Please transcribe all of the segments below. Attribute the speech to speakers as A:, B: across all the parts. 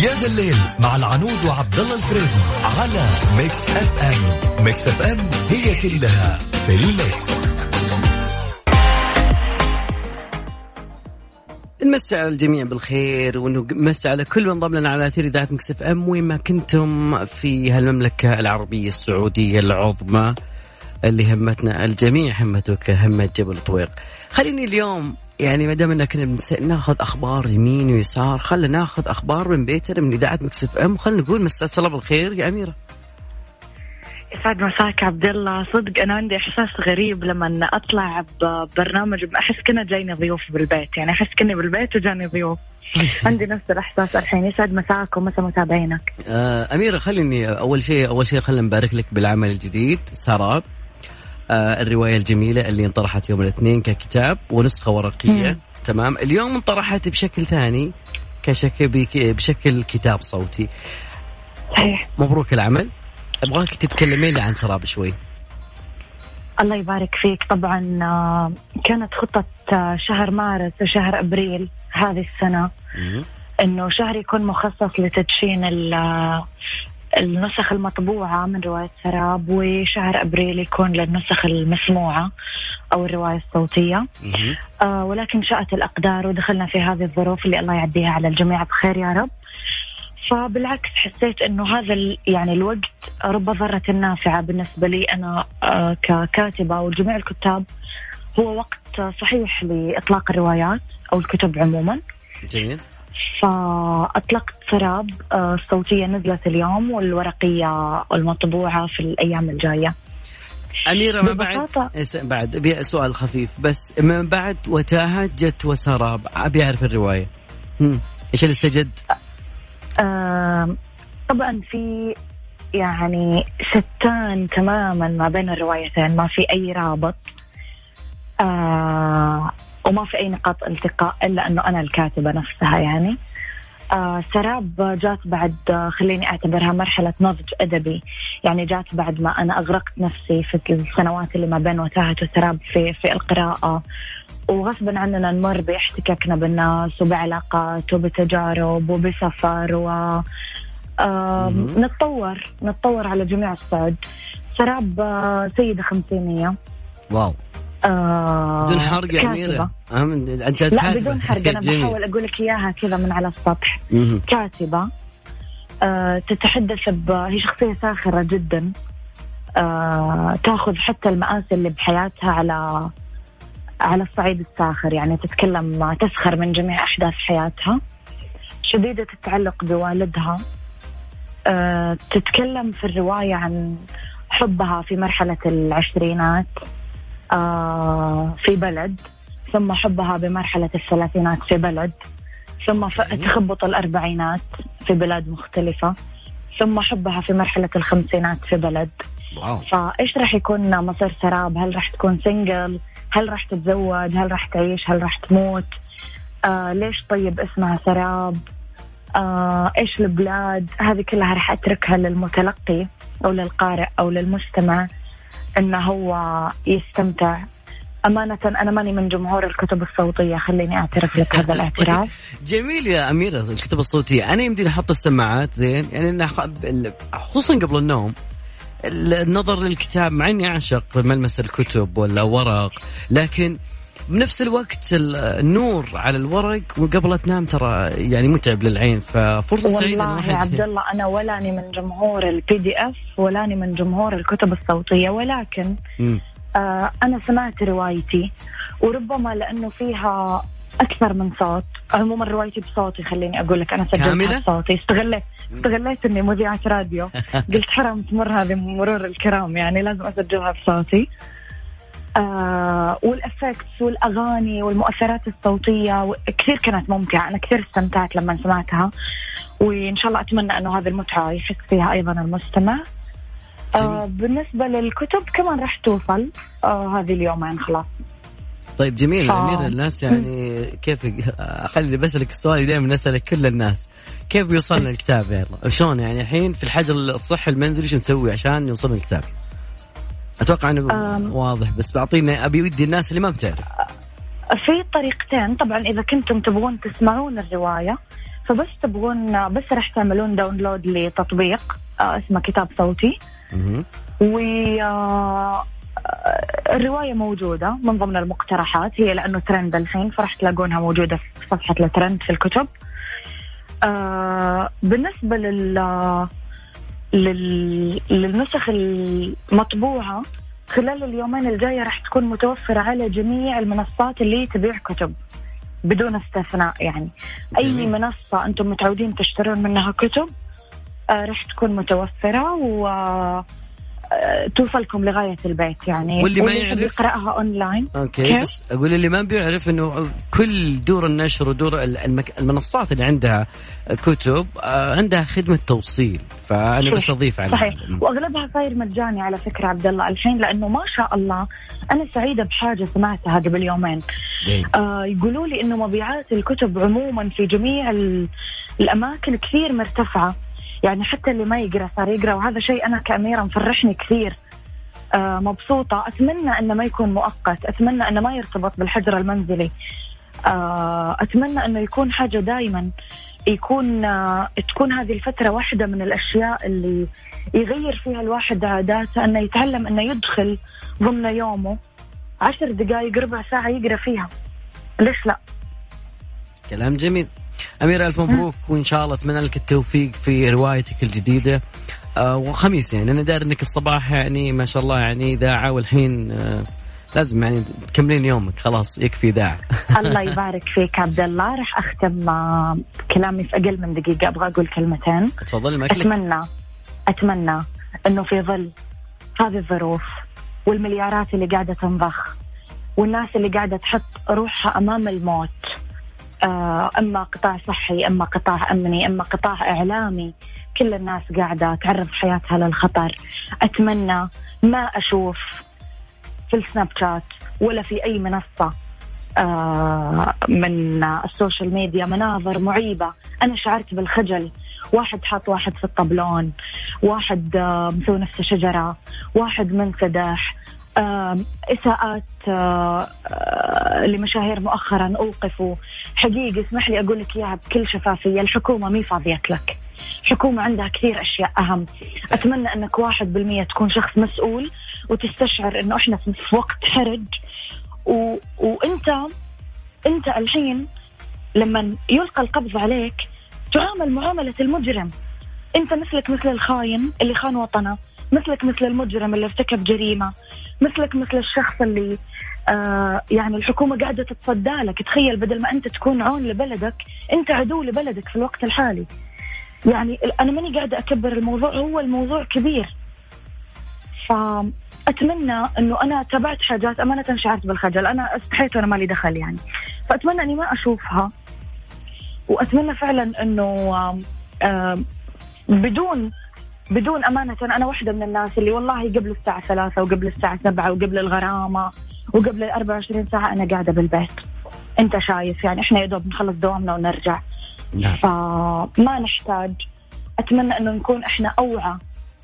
A: يا ذا الليل مع العنود وعبد الله الفريدي على ميكس اف ام. ميكس اف ام هي كلها في الميكس.
B: نمسي على الجميع بالخير ونمسي على كل من ضم لنا على أثير إذاعة ميكس اف ام وين ما كنتم في هالمملكة العربية السعودية العظمى اللي همتنا الجميع همته كهمة جبل طويق. خليني اليوم يعني ما دام اننا كنا ناخذ اخبار يمين ويسار، خلينا ناخذ اخبار من بيتنا من اذاعه مكس اف ام، وخلينا نقول مساء الله بالخير يا اميره.
C: يسعد مساك عبد الله. صدق انا عندي احساس غريب لما اطلع ببرنامج، احس كنا جايني ضيوف بالبيت، يعني احس كني بالبيت وجاني ضيوف. عندي نفس الاحساس الحين. يسعد مساك ومسا متابعينك.
B: اميره خليني اول شيء خلينا نبارك لك بالعمل الجديد سراب، الرواية الجميلة اللي انطرحت يوم الاثنين ككتاب ونسخة ورقية. تمام. اليوم انطرحت بشكل ثاني بشكل كتاب صوتي. مبروك العمل. أبغاك تتكلمين لي عن سراب شوي.
C: الله يبارك فيك. طبعا كانت خطة شهر مارس وشهر أبريل هذه السنة إنه شهر يكون مخصص لتدشين النسخ المطبوعة من رواية سراب، وشهر أبريل يكون للنسخ المسموعة أو الرواية الصوتية. ولكن شاءت الأقدار ودخلنا في هذه الظروف اللي الله يعديها على الجميع بخير يا رب. فبالعكس حسيت إنه هذا يعني الوقت رب ضارة نافعة بالنسبة لي أنا ككاتبة والجميع الكتاب. هو وقت صحيح لإطلاق الروايات أو الكتب عموما.
B: جميل.
C: فأطلقت سراب الصوتية نزلت اليوم، والورقية المطبوعة في الأيام الجاية.
B: أميرة ما بعد أبي سؤال خفيف بس، من بعد وتاهت جت وسراب أبي أعرف الرواية إيش اللي استجد؟
C: طبعا في يعني شتان تماما ما بين الروايتين، ما في أي رابط وما في أي نقاط التقاء إلا أنه أنا الكاتبة نفسها. يعني سراب جات بعد خليني أعتبرها مرحلة نضج أدبي، يعني جات بعد ما أنا أغرقت نفسي في السنوات اللي ما بين وتاهت وسراب في القراءة، وغصبا عننا نمر باحتكاكنا بالناس وبعلاقات وبتجارب وبسفر نتطور على جميع الصعد. سراب سيدة خمسينية.
B: واو. بدون حرق يا أميرة.
C: لا بدون حرق، أنا بحاول أقول لك إياها كذا من على السطح. كاتبة تتحدث هي شخصية ساخرة جدا، تأخذ حتى المآسي اللي بحياتها على الصعيد الساخر، يعني تسخر من جميع أحداث حياتها. شديدة التعلق بوالدها. تتكلم في الرواية عن حبها في مرحلة العشرينات في بلد، ثم حبها بمرحلة الثلاثينات في بلد، ثم تخبط الأربعينات في بلاد مختلفة، ثم حبها في مرحلة الخمسينات في بلد. فإيش رح يكون مصير سراب؟ هل رح تكون سينجل؟ هل رح تتزوج؟ هل رح تعيش؟ هل رح تموت؟ ليش طيب اسمها سراب؟ إيش البلاد؟ هذه كلها رح أتركها للمتلقي أو للقارئ أو للمستمع إنه هو يستمتع. أمانة أنا ماني من جمهور الكتب الصوتية، خليني أعترف لك هذا الاعتراف.
B: جميل يا أميرة الكتب الصوتية. أنا يمديني أحط السماعات زين، يعني خصوصا قبل النوم النظر للكتاب، مع إني أعشق ملمس الكتب ولا ورق، لكن بنفس الوقت النور على الورق وقبل تنام ترى يعني متعب للعين. ففرصة سعيدة.
C: والله يا عبد الله أنا ولاني من جمهور الPDF ولاني من جمهور الكتب الصوتية، ولكن أنا سمعت روايتي، وربما لأنه فيها أكثر من صوت. عموما روايتي بصوتي، خليني أقول لك أنا سجلتها بصوتي. استغليت إني مذيعة راديو، قلت حرام تمر هذه مرور الكرام، يعني لازم أسجلها بصوتي. والأفكتس والأغاني والمؤثرات الصوتية كثير كانت ممتعة. أنا كثير استمتعت لما سمعتها، وإن شاء الله أتمنى أنه هذه المتعة يحس فيها أيضا المستمع. بالنسبة للكتب كمان راح توصل هذه اليومين خلاص.
B: طيب جميل. أميرة الناس يعني كيف خلي بسألك السؤال دائما نسألك كل الناس، كيف يوصلنا الكتاب يلا شلون؟ يعني الحين في الحجر الصحي المنزلي ايش نسوي عشان يوصلنا الكتاب؟ أتوقع أنه واضح، بس بعطينا أبي ودي الناس اللي ما بتعرف.
C: في طريقتين طبعا. إذا كنتم تبغون تسمعون الرواية فبس تبغون بس راح تعملون داونلود لتطبيق اسمه كتاب صوتي. والرواية موجودة من ضمن المقترحات، هي لأنه ترند الحين فراح تلاقونها موجودة في صفحة الترند في الكتب. بالنسبة للنسخ المطبوعة خلال اليومين الجاية راح تكون متوفرة على جميع المنصات اللي تبيع كتب بدون استثناء. يعني أي منصة أنتم متعودين تشترون منها كتب راح تكون متوفرة وتوصلكم لغاية البيت يعني.
B: واللي ما يعرف
C: يقرأها أونلاين.
B: أوكي. بس أقول اللي ما بيعرف إنه كل دور النشر ودور المنصات اللي عندها كتب عندها خدمة توصيل، فأنا بس أضيف على
C: صحيح. وأغلبها صاير مجاني على فكرة عبد الله الحين، لأنه ما شاء الله أنا سعيدة بحاجة سمعتها قبل يومين. يقولوا لي إنه مبيعات الكتب عموما في جميع الأماكن كثير مرتفعة، يعني حتى اللي ما يقرأ صار يقرأ، وهذا شيء أنا كأميرة مفرحني كثير. مبسوطة. أتمنى أنه ما يكون مؤقت، أتمنى أنه ما يرتبط بالحجر المنزلي، أتمنى أنه يكون حاجة دائما، تكون هذه الفترة واحدة من الأشياء اللي يغير فيها الواحد عاداته، أنه يتعلم أنه يدخل ضمن يومه 10 دقائق ربع ساعة يقرأ فيها. ليش لا؟
B: كلام جميل. أميرة ألف مبروك، وإن شاء الله أتمنى لك التوفيق في روايتك الجديدة. وخميس يعني أنا دار إنك الصباح يعني ما شاء الله يعني إذاعة، والحين لازم يعني تكملين يومك، خلاص يكفي إذاعة.
C: الله يبارك فيك عبد الله. راح أختم كلامي في أقل من دقيقة، أبغى أقول كلمتين.
B: تفضلي. ما
C: أتمنى إنه في ظل هذه الظروف والمليارات اللي قاعدة تنضخ والناس اللي قاعدة تحط روحها أمام الموت، أما قطاع صحي، أما قطاع أمني، أما قطاع إعلامي، كل الناس قاعدة تعرض حياتها للخطر. أتمنى ما أشوف في السناب شات ولا في أي منصة من السوشيال ميديا مناظر معيبة. أنا شعرت بالخجل، واحد حاط واحد في الطبلون، واحد مسوي نفسه شجرة، واحد منسدح، إساءات لمشاهير مؤخرا أوقفوا. حقيقي اسمح لي أقول لك إياها بكل شفافية، الحكومة مي فاضيت لك، الحكومة عندها كثير أشياء أهم. أتمنى أنك 1% تكون شخص مسؤول وتستشعر أنه إحنا في وقت حرج، وأنت الحين لما يلقى القبض عليك تعامل معاملة المجرم. أنت مثلك مثل الخاين اللي خان وطنه، مثلك مثل المجرم اللي ارتكب جريمة، مثلك مثل الشخص اللي يعني الحكومة قاعدة تتصدى لك. تخيل بدل ما أنت تكون عون لبلدك أنت عدو لبلدك في الوقت الحالي. يعني أنا ماني قاعدة أكبر الموضوع، هو الموضوع كبير. فأتمنى أنه أنا تابعت حاجات أمانة شعرت بالخجل، أنا استحيت وأنا مالي دخل يعني، فأتمنى أني ما أشوفها، وأتمنى فعلا أنه بدون أمانة. أنا واحدة من الناس اللي والله قبل الساعة 3 وقبل الساعة 7 وقبل الغرامة وقبل 24 ساعة أنا قاعدة بالبيت. أنت شايف يعني إحنا يدوب نخلص دوامنا ونرجع. فما نحتاج. أتمنى أنه نكون إحنا أوعى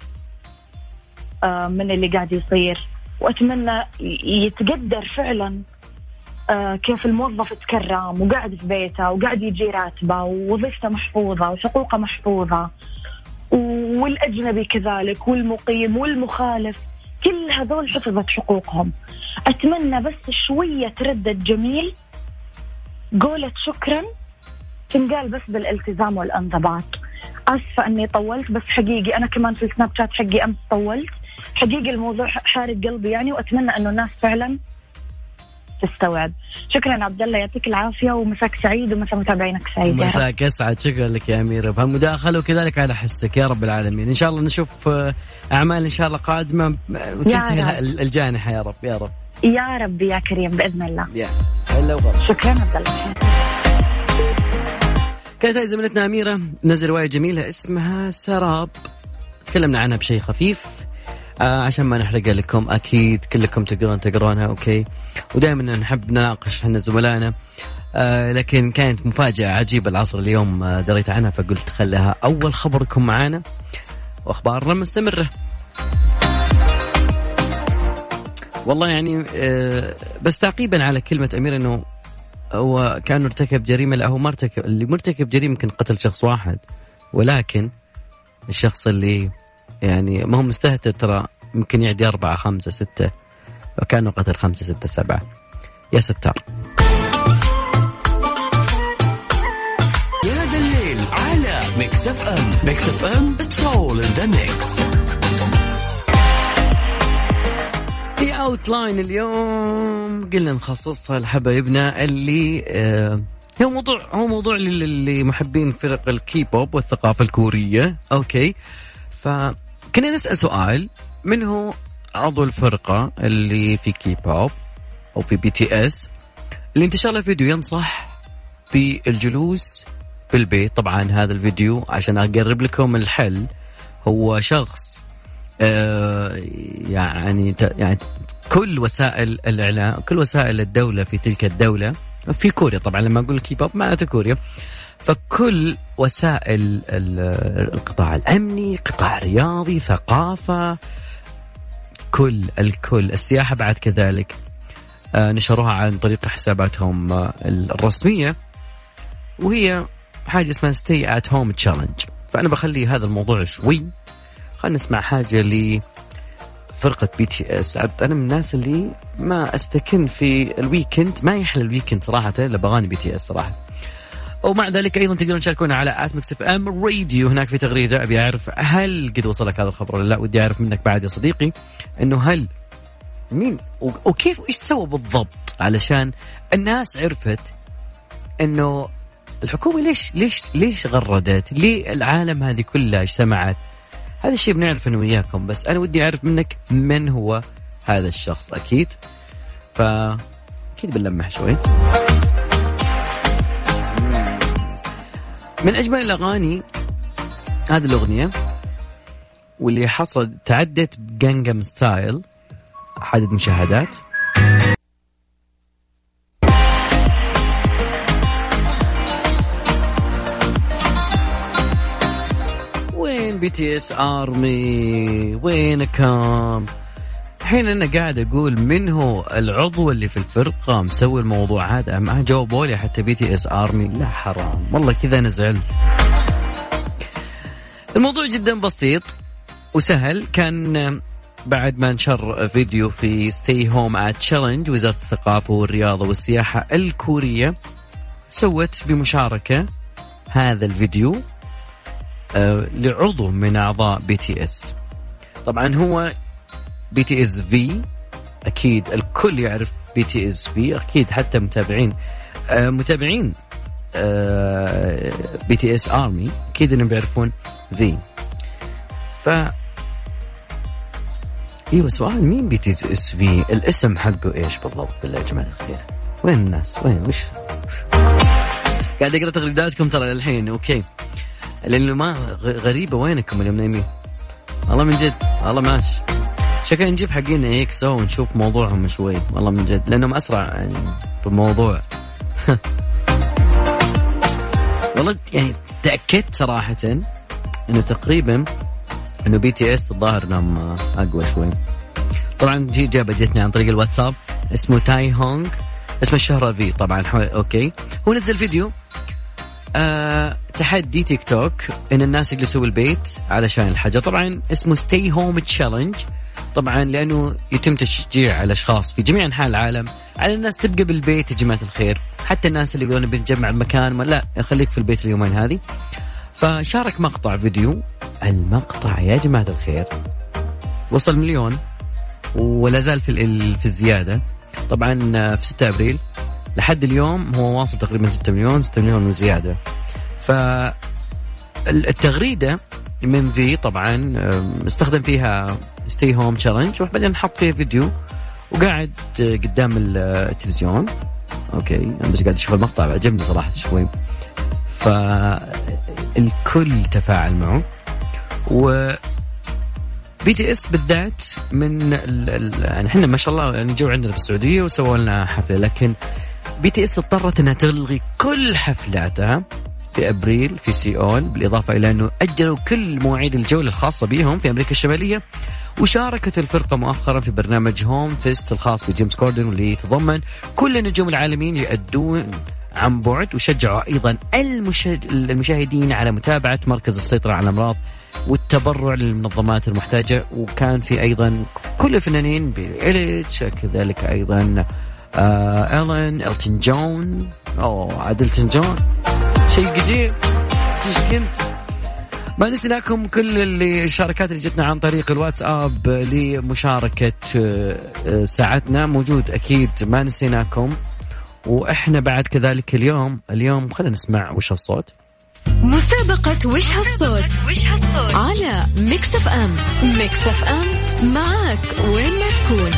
C: من اللي قاعد يصير، وأتمنى يتقدر فعلا كيف الموظف تكرم وقاعد في بيته وقاعد يجي راتبه ووظيفته محفوظة وحقوقه محفوظة، والأجنبي كذلك والمقيم والمخالف، كل هذول حفظت حقوقهم. أتمنى بس شوية ردة جميل، قولة شكرا تنقال بس بالالتزام والانضباط. أسفة أني طولت، بس حقيقي أنا كمان في السناب شات حقي أمس طولت، حقيقي الموضوع حارق قلبي يعني، وأتمنى أنه الناس فعلا تستوعب. شكرا عبد الله، يعطيك العافية ومساك سعيد ومسا متابعينك سعيد.
B: مساك أسعد. شكرا لك يا أميرة بهالمداخلة وكذلك على حسك يا رب العالمين. إن شاء الله نشوف أعمال إن شاء الله قادمة وتنتهي الجانحة يا رب يا رب
C: يا رب يا كريم بإذن الله. شكرا عبد الله.
B: كانت هاي زميلتنا أميرة نزل رواية جميلة اسمها سراب، تكلمنا عنها بشيء خفيف عشان ما نحرق لكم. أكيد كلكم تقرونها أوكي، ودائما نحب نناقش احنا زملائنا، لكن كانت مفاجأة عجيبة العصر اليوم دريت عنها، فقلت خليها أول خبركم معانا وأخبارنا مستمرة. والله يعني بس تعقيبا على كلمة أمير، إنه هو كان ارتكب جريمة، لا هو ما ارتكب، اللي مرتكب جريمة يمكن قتل شخص واحد، ولكن الشخص اللي يعني ما هو مستهتر ترى ممكن يعدي 4 5 6، وكانه قتل 5 6 7. يا ستار.
A: يا ذا الليل على ميكس اف ام. ميكس اف ام it's all in the mix.
B: في اوتلاين اليوم قلنا نخصصها لحبايبنا اللي هو موضوع لمحبين فرق الكي بوب والثقافة الكورية. اوكي، فكنا نسأل سؤال: من هو عضو الفرقة اللي في كي بوب او في BTS اللي انتشر له فيديو ينصح بالجلوس في البيت؟ طبعا هذا الفيديو عشان اقرب لكم الحل، هو شخص يعني كل وسائل الإعلام، كل وسائل الدولة في تلك الدولة، في كوريا طبعا، لما أقول كيب أب معناته كوريا، فكل وسائل القطاع الأمني، قطاع رياضي، ثقافة، الكل السياحة بعد كذلك، نشروها عن طريق حساباتهم الرسمية، وهي حاجة اسمها Stay at Home Challenge. فأنا بخلي هذا الموضوع شوي، خلينا نسمع حاجة لفرقة BTS. أنا من الناس اللي ما أستكن في الويكند، ما يحلى الويكند صراحة إلا بغاني BTS صراحة. ومع ذلك أيضا تقدرون تشاركونا على @mixfm radio. هناك في تغريدة أبي أعرف هل قد وصلك هذا الخبر ولا لا، ودي أعرف منك بعد يا صديقي إنه هل مين وكيف وإيش سوى بالضبط علشان الناس عرفت إنه الحكومة ليش غردت، ليه العالم هذه كلها اجتمعت. هذا الشيء بنعرف أنا وياكم، بس أنا ودي أعرف منك من هو هذا الشخص. أكيد أكيد بنلمح شوي. من أجمل الأغاني هذه الأغنية، واللي حصل تعدت بجانجام ستايل عدد مشاهدات. BTS Army وينكم؟ الحين أنا قاعد أقول من هو العضو اللي في الفرقة مسوي الموضوع هذا، ما جاوبوا لي حتى BTS Army. لا حرام والله، كذا أنا زعلت. الموضوع جدا بسيط وسهل. كان بعد ما نشر فيديو في Stay Home Challenge، وزارة الثقافة والرياضة والسياحة الكورية سوت بمشاركة هذا الفيديو لعضو من أعضاء BTS. طبعا هو BTS V، أكيد الكل يعرف BTS V، أكيد حتى متابعين BTS Army أكيد إنهم بيعرفون V. إيوه، سؤال مين BTS V؟ الاسم حقه إيش بالضبط بالله يا جماعة الخير؟ وين الناس؟ وش قاعد أقرأ تغريداتكم ترى الحين. أوكي، لأنه ما غريبة وينكم اليوم نايمين؟ والله من جد، والله ماشي. شكلنا نجيب حقين EXO ونشوف موضوعهم شوي، والله من جد، لأنهم أسرع يعني في الموضوع. والله يعني تأكدت صراحة إنه تقريبا إنه BTS الظاهر إنهم أقوى شوي. طبعا في إجابة جتني عن طريق الواتساب، اسمه تاي هونغ، اسم الشهرة في طبعا. أوكي، هو نزل فيديو تحدي تيك توك إن الناس يجلسوا بالبيت علشان الحاجة. طبعا اسمه Stay Home Challenge، طبعا لأنه يتم تشجيع الأشخاص في جميع أنحاء العالم على الناس تبقى بالبيت يا جماعة الخير، حتى الناس اللي يقولون بنجمع بمكان، ما لا خليك في البيت اليومين هذه. فشارك مقطع فيديو، المقطع يا جماعة الخير وصل 1,000,000 ولا زال في الزيادة. طبعا في 6 أبريل لحد اليوم هو واصل تقريبا 6 مليون وزيادة. فالتغريدة من في طبعا استخدم فيها Stay Home Challenge، وبعدين حط فيها فيديو وقاعد قدام التلفزيون. اوكي، انا بس قاعد اشوف المقطع عجبني صراحة شوي، فالكل تفاعل معه. و BTS بالذات من يعني احنا ما شاء الله يعني جو عندنا في السعودية وسووا لنا حفلة، لكن BTS اضطرت انها تلغي كل حفلاتها في أبريل في سيول، بالإضافة إلى أنه أجلوا كل مواعيد الجولة الخاصة بهم في أمريكا الشمالية. وشاركت الفرقة مؤخرا في برنامج هوم فيست الخاص بجيمس كوردن، واللي يتضمن كل النجوم العالميين يؤدون عن بعد، وشجعوا أيضا المشاهدين على متابعة مركز السيطرة على الأمراض والتبرع للمنظمات المحتاجة. وكان في أيضا كل الفنانين بإليتش، كذلك أيضا إلتون جون، عادلتون جون، شيء قديم تشكنت. ما نسيناكم كل الشاركات اللي جتنا عن طريق الواتساب لمشاركة ساعتنا، موجود أكيد، ما نسيناكم. وإحنا بعد كذلك اليوم خلينا نسمع وش هالصوت.
D: مسابقة وش هالصوت على ميكس اف ام. ميكس اف ام معك وين ما تكون.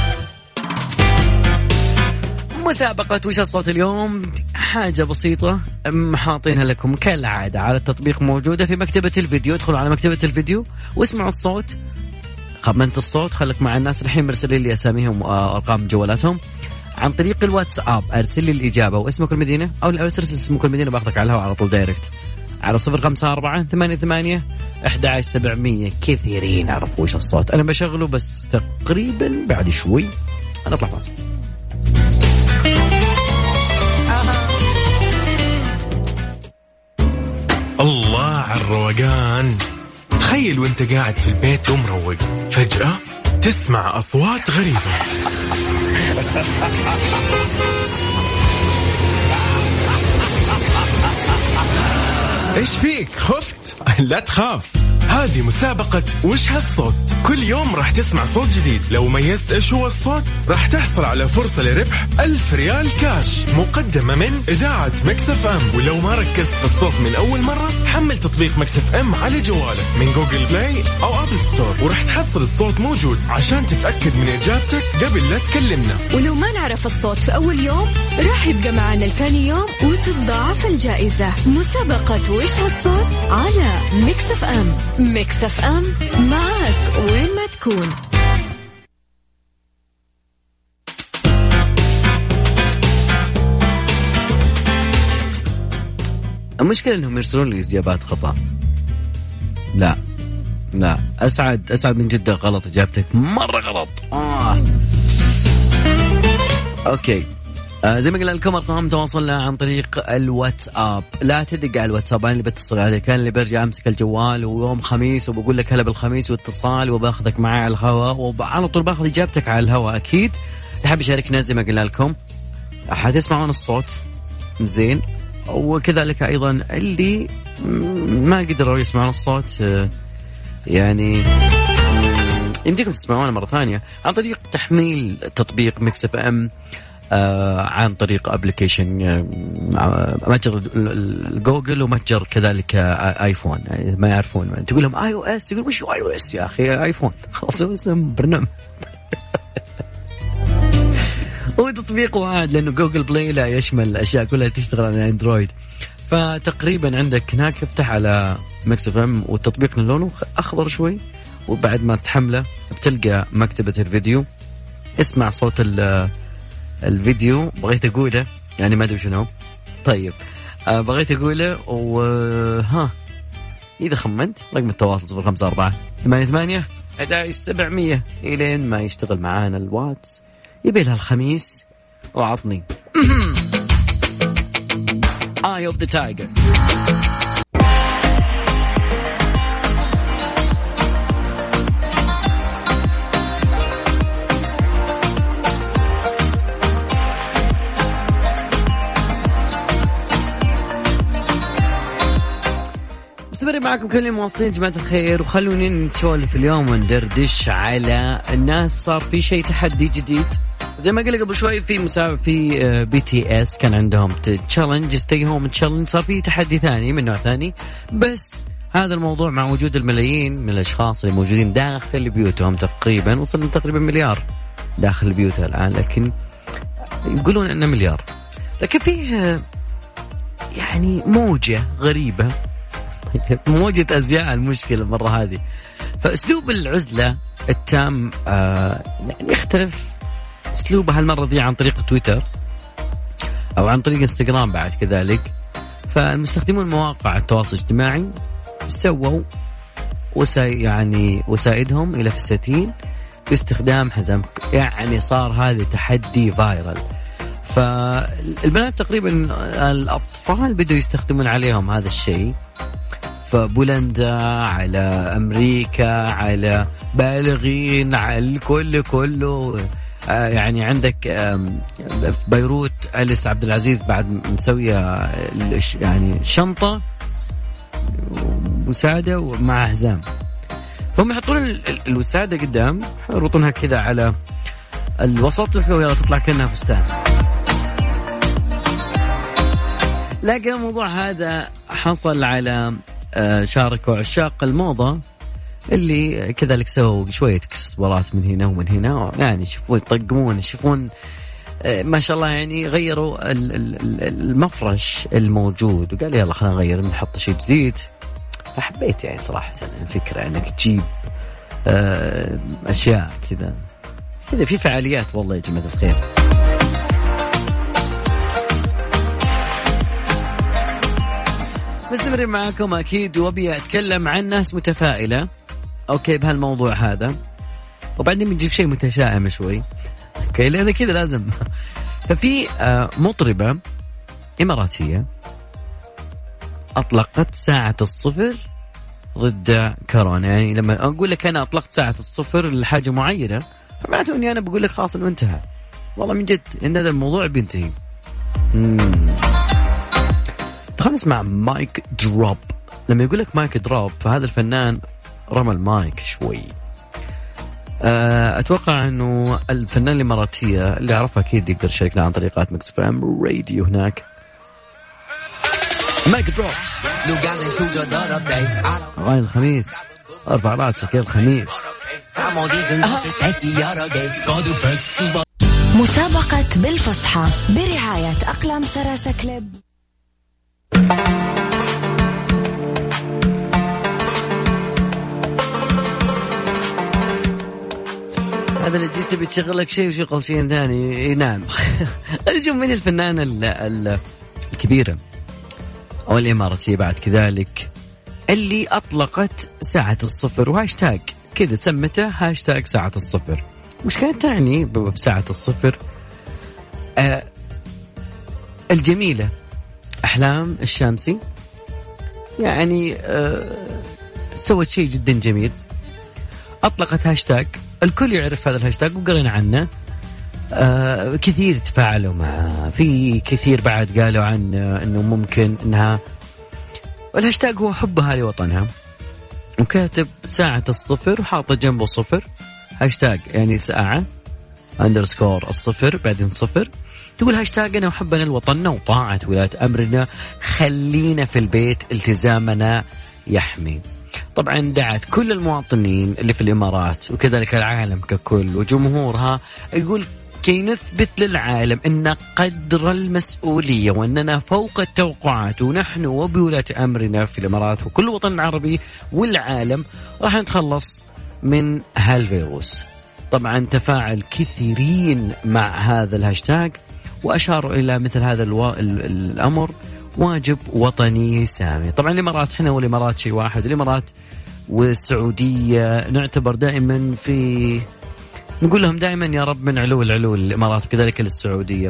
B: مسابقة وش الصوت اليوم حاجة بسيطة حاطينها لكم كالعادة على التطبيق، موجودة في مكتبة الفيديو. ادخلوا على مكتبة الفيديو واسمعوا الصوت، خمنت الصوت، خلك مع الناس. الحين مرسلين لي أساميهم وأرقام جوالاتهم عن طريق الواتساب. أرسل لي الإجابة واسمك المدينة، أو أرسل اسمك المدينة باخذك على الهواء على طول دايركت على 0548811700. كثيرين عرفوا وش الصوت. أنا بشغله بس تقريبا بعد شوي أنا أطلع فاصل.
E: الله على الروقان. تخيل وانت قاعد في البيت ومروق، فجأة تسمع أصوات غريبة. إيش فيك؟ خفت؟ لا تخاف، هذه مسابقة وش هالصوت. كل يوم راح تسمع صوت جديد. لو ميزت إيش هو الصوت راح تحصل على فرصة لربح 1000 ريال كاش مقدمة من إذاعة ميكس اف ام. ولو ما ركزت في الصوت من أول مرة، حمل تطبيق ميكس اف ام على جوالك من جوجل بلاي أو أبل ستور، وراح تحصل الصوت موجود عشان تتأكد من إجابتك قبل لا تكلمنا.
D: ولو ما نعرف الصوت في أول يوم، راح يبقى معنا الثاني يوم وتتضاعف الجائزة. مسابقة وش هالصوت على ميكس اف ام. ميكس اف ام معك وين ما تكون.
B: المشكلة انهم يرسلون لي اجابات خطأ. لا اسعد من جدة غلط، اجابتك مرة غلط. اوكي، زي ما قلنا لكم ارقام تواصلنا عن طريق الواتساب. لا تدق على الواتساب، انا اللي بتصل عليك، انا اللي برجع امسك الجوال ويوم خميس وبقول لك هلا بالخميس واتصال وباخذك معي على الهواء، وعلى طول باخذ اجابتك على الهواء. اكيد اللي حاب يشاركنا زي ما قلنا لكم حتسمعون الصوت زين، وكذلك ايضا اللي ما قدروا يسمعون الصوت يعني يمديكم تسمعونه مرة ثانية عن طريق تحميل تطبيق ميكس اف ام عن طريق ابليكيشن متجر جوجل ومتجر كذلك ايفون. يعني ما يعرفون، تقول لهم اي او اس، يقول وش اي او اس يا اخي؟ ايفون خلاص اسم برنامج. هو تطبيق واحد لانه جوجل بلاي لا يشمل الاشياء كلها تشتغل على اندرويد. فتقريبا عندك هناك افتح على ميكس اف ام والتطبيق لونه اخضر شوي، وبعد ما تحمله بتلقى مكتبة الفيديو. اسمع صوت الفيديو، بغيت أقوله يعني ما أدري شنو. طيب بغيت أقوله وها إذا خمنت رقم التواصل 0548811700 إلين ما يشتغل معانا الواتس. يبيلها الخميس وعطني Eye of the Tiger. مستمر معكم كل مواصلين جماعة الخير، وخلوني نسولف اليوم وندردش على الناس. صار في شيء تحدي جديد زي ما قلت قبل شوي في مسابقة في بي تي اس كان عندهم تشالنج ستي هوم تشالنج. صار في تحدي ثاني من نوع ثاني، بس هذا الموضوع مع وجود الملايين من الأشخاص اللي موجودين داخل بيوتهم، تقريبا وصلنا تقريبا مليار داخل بيوتها الآن، لكن يقولون إنه مليار. لكن فيه يعني موجة غريبة، موجة أزياء المشكلة المرة هذه. فأسلوب العزلة التام يعني يختلف أسلوبها المرة دي عن طريق تويتر أو عن طريق انستغرام بعد كذلك. فالمستخدمون مواقع التواصل الاجتماعي سووا وسائدهم إلى فساتين باستخدام حزام. يعني صار هذا تحدي فايرال. فالبنات تقريبا الأطفال بدوا يستخدمون عليهم هذا الشيء. فبولندا على أمريكا على بالغين على الكل كله. يعني عندك في بيروت أليس عبد العزيز بعد مسوية يعني شنطة وسادة ومع حزام. فهم يحطون الوسادة قدام يربطونها كذا على الوسط ويلا تطلع كأنها فستان. لكن الموضوع هذا حصل على شاركوا عشاق الموضة اللي كذلك سووا شوية اكسسوارات من هنا ومن هنا. يعني شوفوا يطقمون يشوفون ما شاء الله. يعني غيروا المفرش الموجود وقال يلا خلينا نغير نحط شيء جديد. فحبيت يعني صراحة الفكرة انك تجيب اشياء كذا في فعاليات. والله يا جماعة الخير مستمرين معاكم أكيد. وبي أتكلم عن ناس متفائلة أوكي بهالموضوع هذا وبعدين بنجيب شيء متشائم شوي أوكي لأن كذا لازم. ففي مطربة إماراتية أطلقت ساعة الصفر ضد كورونا. يعني لما أقول لك أنا أطلقت ساعة الصفر لحاجة معينة فمعناته أني أنا بقول لك خلاص إنه انتهى. والله من جد إن هذا الموضوع بينتهي. خلينا نسمع مايك دروب. لما يقول لك مايك دروب فهذا الفنان رمى المايك شوي. أتوقع أنه الفنان الإماراتية اللي عرفها أكيد يقدر يشاركنا عن طريقات ميكس اف ام راديو هناك. مايك دروب أغاني الخميس ارفع راسك يا الخميس.
D: مسابقة بالفصحى برعاية أقلام سراسة كليب.
B: هذا اللي جيت بتشغل لك شيء وشغل شيء ثاني. نعم. أشوف من الفنانة الكبيرة أو الإماراتية بعد كذلك اللي أطلقت ساعة الصفر وهاشتاج كذا سمته هاشتاج ساعة الصفر. مش كانت تعني بساعة الصفر الجميلة أحلام الشامسي. يعني سوت شيء جدا جميل. أطلقت هاشتاج الكل يعرف هذا الهاشتاج وقرينا عنه. كثير تفاعلوا معه. في كثير بعد قالوا عنه أنه ممكن أنها الهاشتاج هو حبها لوطنها وكاتب ساعة الصفر وحاطة جنبه صفر هاشتاج يعني ساعة أندرسكور الصفر بعدين صفر. تقول هاشتاجنا وحبنا لوطننا وطاعة ولاة أمرنا خلينا في البيت التزامنا يحمي. طبعا دعت كل المواطنين اللي في الإمارات وكذلك العالم ككل وجمهورها يقول كي نثبت للعالم أن قدر المسؤولية وأننا فوق التوقعات ونحن وبولاة أمرنا في الإمارات وكل وطن عربي والعالم راح نتخلص من هالفيروس. طبعا تفاعل كثيرين مع هذا الهاشتاج وأشاروا إلى مثل هذا الأمر واجب وطني سامي. طبعا الإمارات احنا والإمارات شيء واحد. الإمارات والسعودية نعتبر دائما في نقول لهم دائما يا رب من علو العلو الإمارات وكذلك للسعودية.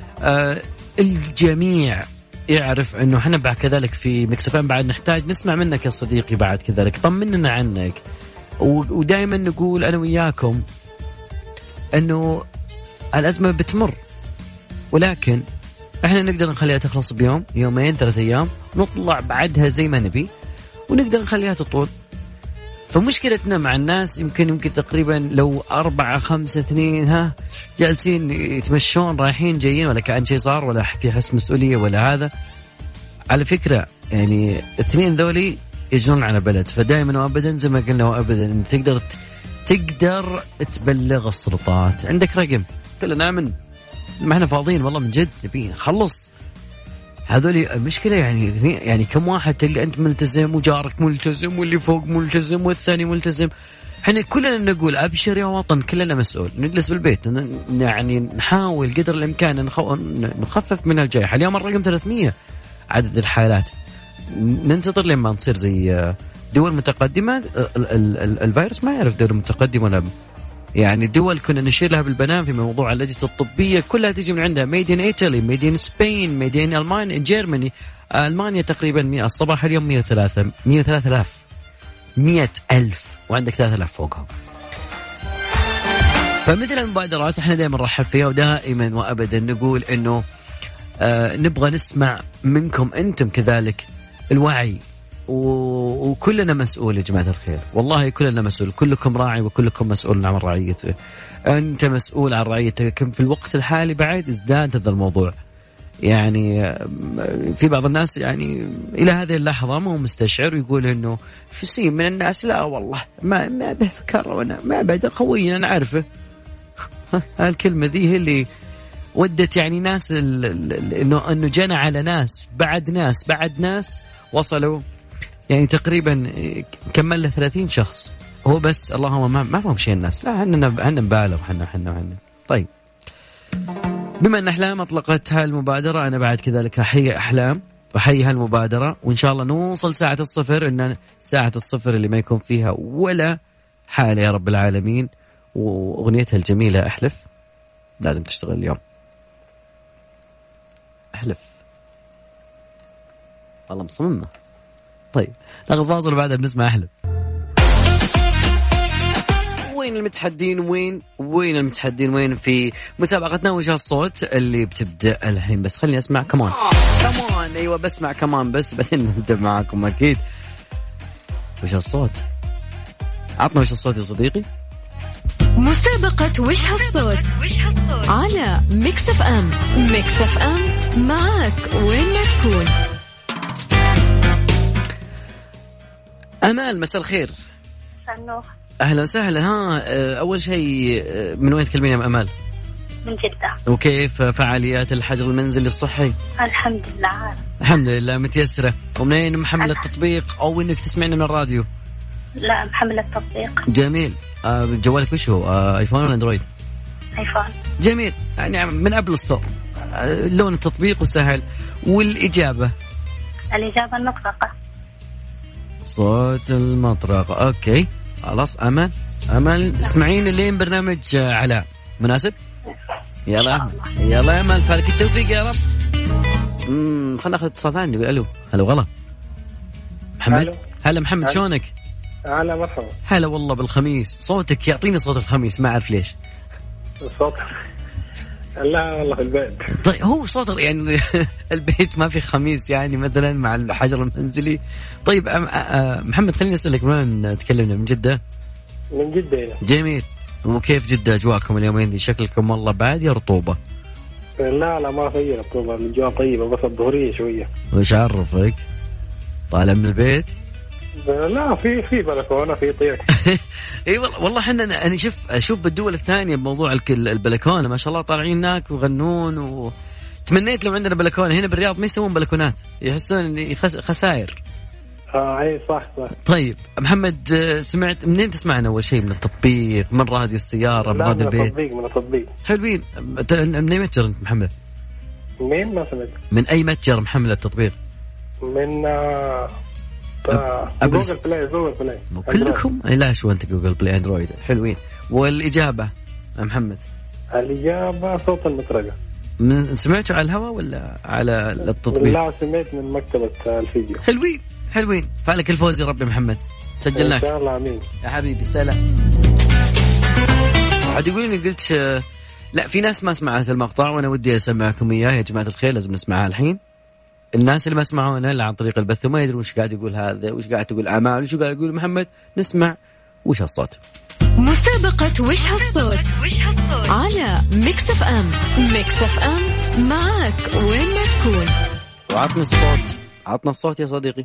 B: الجميع يعرف أنه احنا بعد كذلك في ميكس اف ام بعد نحتاج نسمع منك يا صديقي بعد كذلك طمننا عنك. ودائما نقول أنا وياكم أنه الأزمة بتمر ولكن احنا نقدر نخليها تخلص بيوم يومين 3 أيام نطلع بعدها زي ما نبي ونقدر نخليها تطول. فمشكلتنا مع الناس يمكن تقريبا لو 4-5-2 جالسين يتمشون رايحين جايين ولا كأن شيء صار ولا في حس مسؤولية ولا هذا. على فكرة يعني 2 ذولي يجرون على بلد. فدائما وأبدا زي ما قلنا وأبدا تقدر تبلغ السلطات. عندك رقم كلنا ما احنا فاضيين والله من جد نبي نخلص هذولي المشكلة. يعني كم واحد تلقى أنت ملتزم وجارك ملتزم واللي فوق ملتزم والثاني ملتزم. احنا كلنا نقول أبشر يا وطن كلنا مسؤول. نجلس بالبيت يعني نحاول قدر الإمكان نخفف من الجائحة. اليوم الرقم 300 عدد الحالات. ننتظر لما نصير زي دول متقدمة. الفيروس ما يعرف دول متقدمة ولا يعني الدول كنا نشير لها بالبنان في موضوع الأجهزة الطبية كلها تيجي من عندها made in Italy, made in Spain, made in Germany, ألمانيا تقريبا الصباح اليوم 100,000 وعندك 3,000 فوقهم. فمثل المبادرات احنا دائما نرحب فيها ودائما وأبدا نقول إنه نبغى نسمع منكم أنتم كذلك الوعي وكلنا مسؤول يا جماعة الخير، والله كلنا مسؤول، كلكم راعي وكلكم مسؤول عن رعيته. أنت مسؤول عن رعيتك، لكن في الوقت الحالي بعد ازداد هذا الموضوع. يعني في بعض الناس يعني إلى هذه اللحظة ما هو مستشعر ويقول إنه في سين من الناس لا والله ما بفكر وأنا ما بدأ قوي أنا عارفه. هالكلمة ذي هي اللي ودت يعني ناس إنه جنى على ناس بعد ناس وصلوا يعني تقريبا كمل 30 شخص هو بس. اللهم ما فهم شيء الناس، لا عنا نبالغ وحنا. طيب بما أن أحلام أطلقت هالمبادرة أنا بعد كذلك أحيي أحلام وأحيي هالمبادرة، وإن شاء الله نوصل ساعة الصفر، إن ساعة الصفر اللي ما يكون فيها ولا حالة يا رب العالمين. وأغنيتها الجميلة أحلف لازم تشتغل اليوم. أحلف والله مصممة. طيب ناخذ فاصل بعدها بنسمع أحلف. وين المتحدين وين المتحدين وين في مسابقتنا وش الصوت اللي بتبدأ الحين؟ بس خليني أسمع كمان. أيوة بسمع كمان بس بعدين نبدأ معاكم أكيد. وش الصوت؟ عطنا وش الصوت يا صديقي.
D: مسابقة وش هالصوت على ميكس اف ام. ميكس اف ام معك وين ما تكون.
B: أمال مساء الخير. أهلا وسهلا. أول شيء من وين تكلمين يا أمال؟
F: من جدة.
B: وكيف فعاليات الحجر المنزلي الصحي؟ الحمد لله متيسرة. ومنين محمل التطبيق أو إنك تسمعنا من الراديو؟
F: لا محمل التطبيق.
B: جميل. جوالك وش هو؟ آيفون ولا أندرويد؟
F: آيفون.
B: جميل يعني من أبل ستور. لون التطبيق وسهل. والإجابة؟
F: الإجابة المطرقة.
B: صوت المطرقة. أوكي خلاص. أمل اسمعين اللين برنامج علاء مناسب. يلا يا أمل فالك التوفيق يا رب. خلنا ناخذ اتصال ثاني. نقول ألو غلا محمد. هلا محمد شلونك؟
G: هلا مرحبا.
B: هلا والله بالخميس. صوتك يعطيني صوت الخميس ما أعرف ليش.
G: الصوت لا والله في البيت.
B: طيب هو صوت يعني البيت ما في خميس يعني مثلا مع الحجر المنزلي. طيب محمد خليني أسألك من تكلمنا؟ من جدة.
G: من جدة.
B: جميل. وكيف جدة أجواءكم اليومين دي؟ شكلكم والله بعد يا رطوبة.
G: لا ما في رطوبة، الجو طيبة بس الظهرية شوية.
B: وش عرفك؟ طالع من البيت؟
G: لا في بلكونة في طير.
B: اي والله احنا انا اشوف بالدول الثانيه بموضوع البلكونه ما شاء الله طالعين هناك وغنون. وتمنيت لو عندنا بلكونه هنا بالرياض ما يسوون بلكونات، يحسون ان خسائر.
G: اي صح.
B: طيب محمد سمعت منين تسمعنا؟ اول شيء من التطبيق، من راديو السياره، من راديو البيت؟
G: من التطبيق.
B: حلوين. من اي متجر انت محمد؟
G: مين ما سمعت. من
B: اي متجر محمد التطبيق؟
G: من جوجل بلاي.
B: كلكم لا شو انت جوجل بلاي اندرويد. حلوين. والاجابه محمد؟
G: الاجابه صوت المطرقه.
B: سمعتوا على الهواء ولا على التطبيق؟
G: لا سمعت من مكتبه الفيديو.
B: حلوين. فالك الفوز يا رب يا محمد. سجلناك
G: ان شاء الله. امين
B: يا حبيبي. سلام. عاد يقولون قلت لا في ناس ما سمعت المقطع وانا ودي اسمعكم اياه يا جماعه الخير. لازم نسمعها الحين. الناس اللي ما سمعونا إلا عن طريق البث وما يدرون وش قاعد يقول هذا، وش قاعد تقول آمال، وش قاعد يقول محمد. نسمع وش هالصوت.
D: مسابقة وش هالصوت على ميكس اف ام. ميكس اف ام معك وين ما تكون.
B: عطنا الصوت يا صديقي.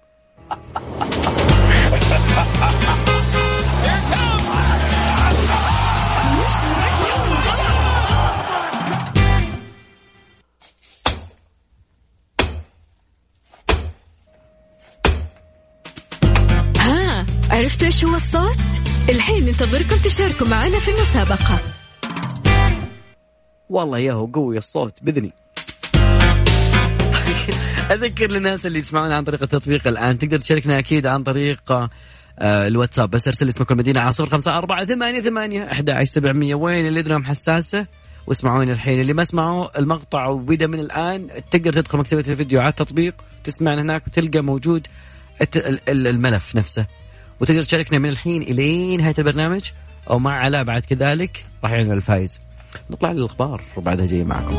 D: عرفتوا ايش هو الصوت؟ الحين ننتظركم تشاركوا معنا في المسابقة.
B: والله ياهو قوي الصوت بذني. أذكر للناس اللي يسمعون عن طريق التطبيق الآن تقدر تشاركنا أكيد عن طريق الواتساب، بس ارسل اسمك والمدينة على 0548811700. وين اللي درهم حساسة واسمعوني الحين، اللي ما اسمعوا المقطع وبدأ من الآن تقدر تدخل مكتبة الفيديو على التطبيق تسمعنا هناك وتلقى موجود الملف نفسه، وتقدر تشاركنا من الحين إلى نهاية البرنامج أو مع علاء بعد كذلك راح يعلن الفائز. نطلع للأخبار وبعدها جاي معكم.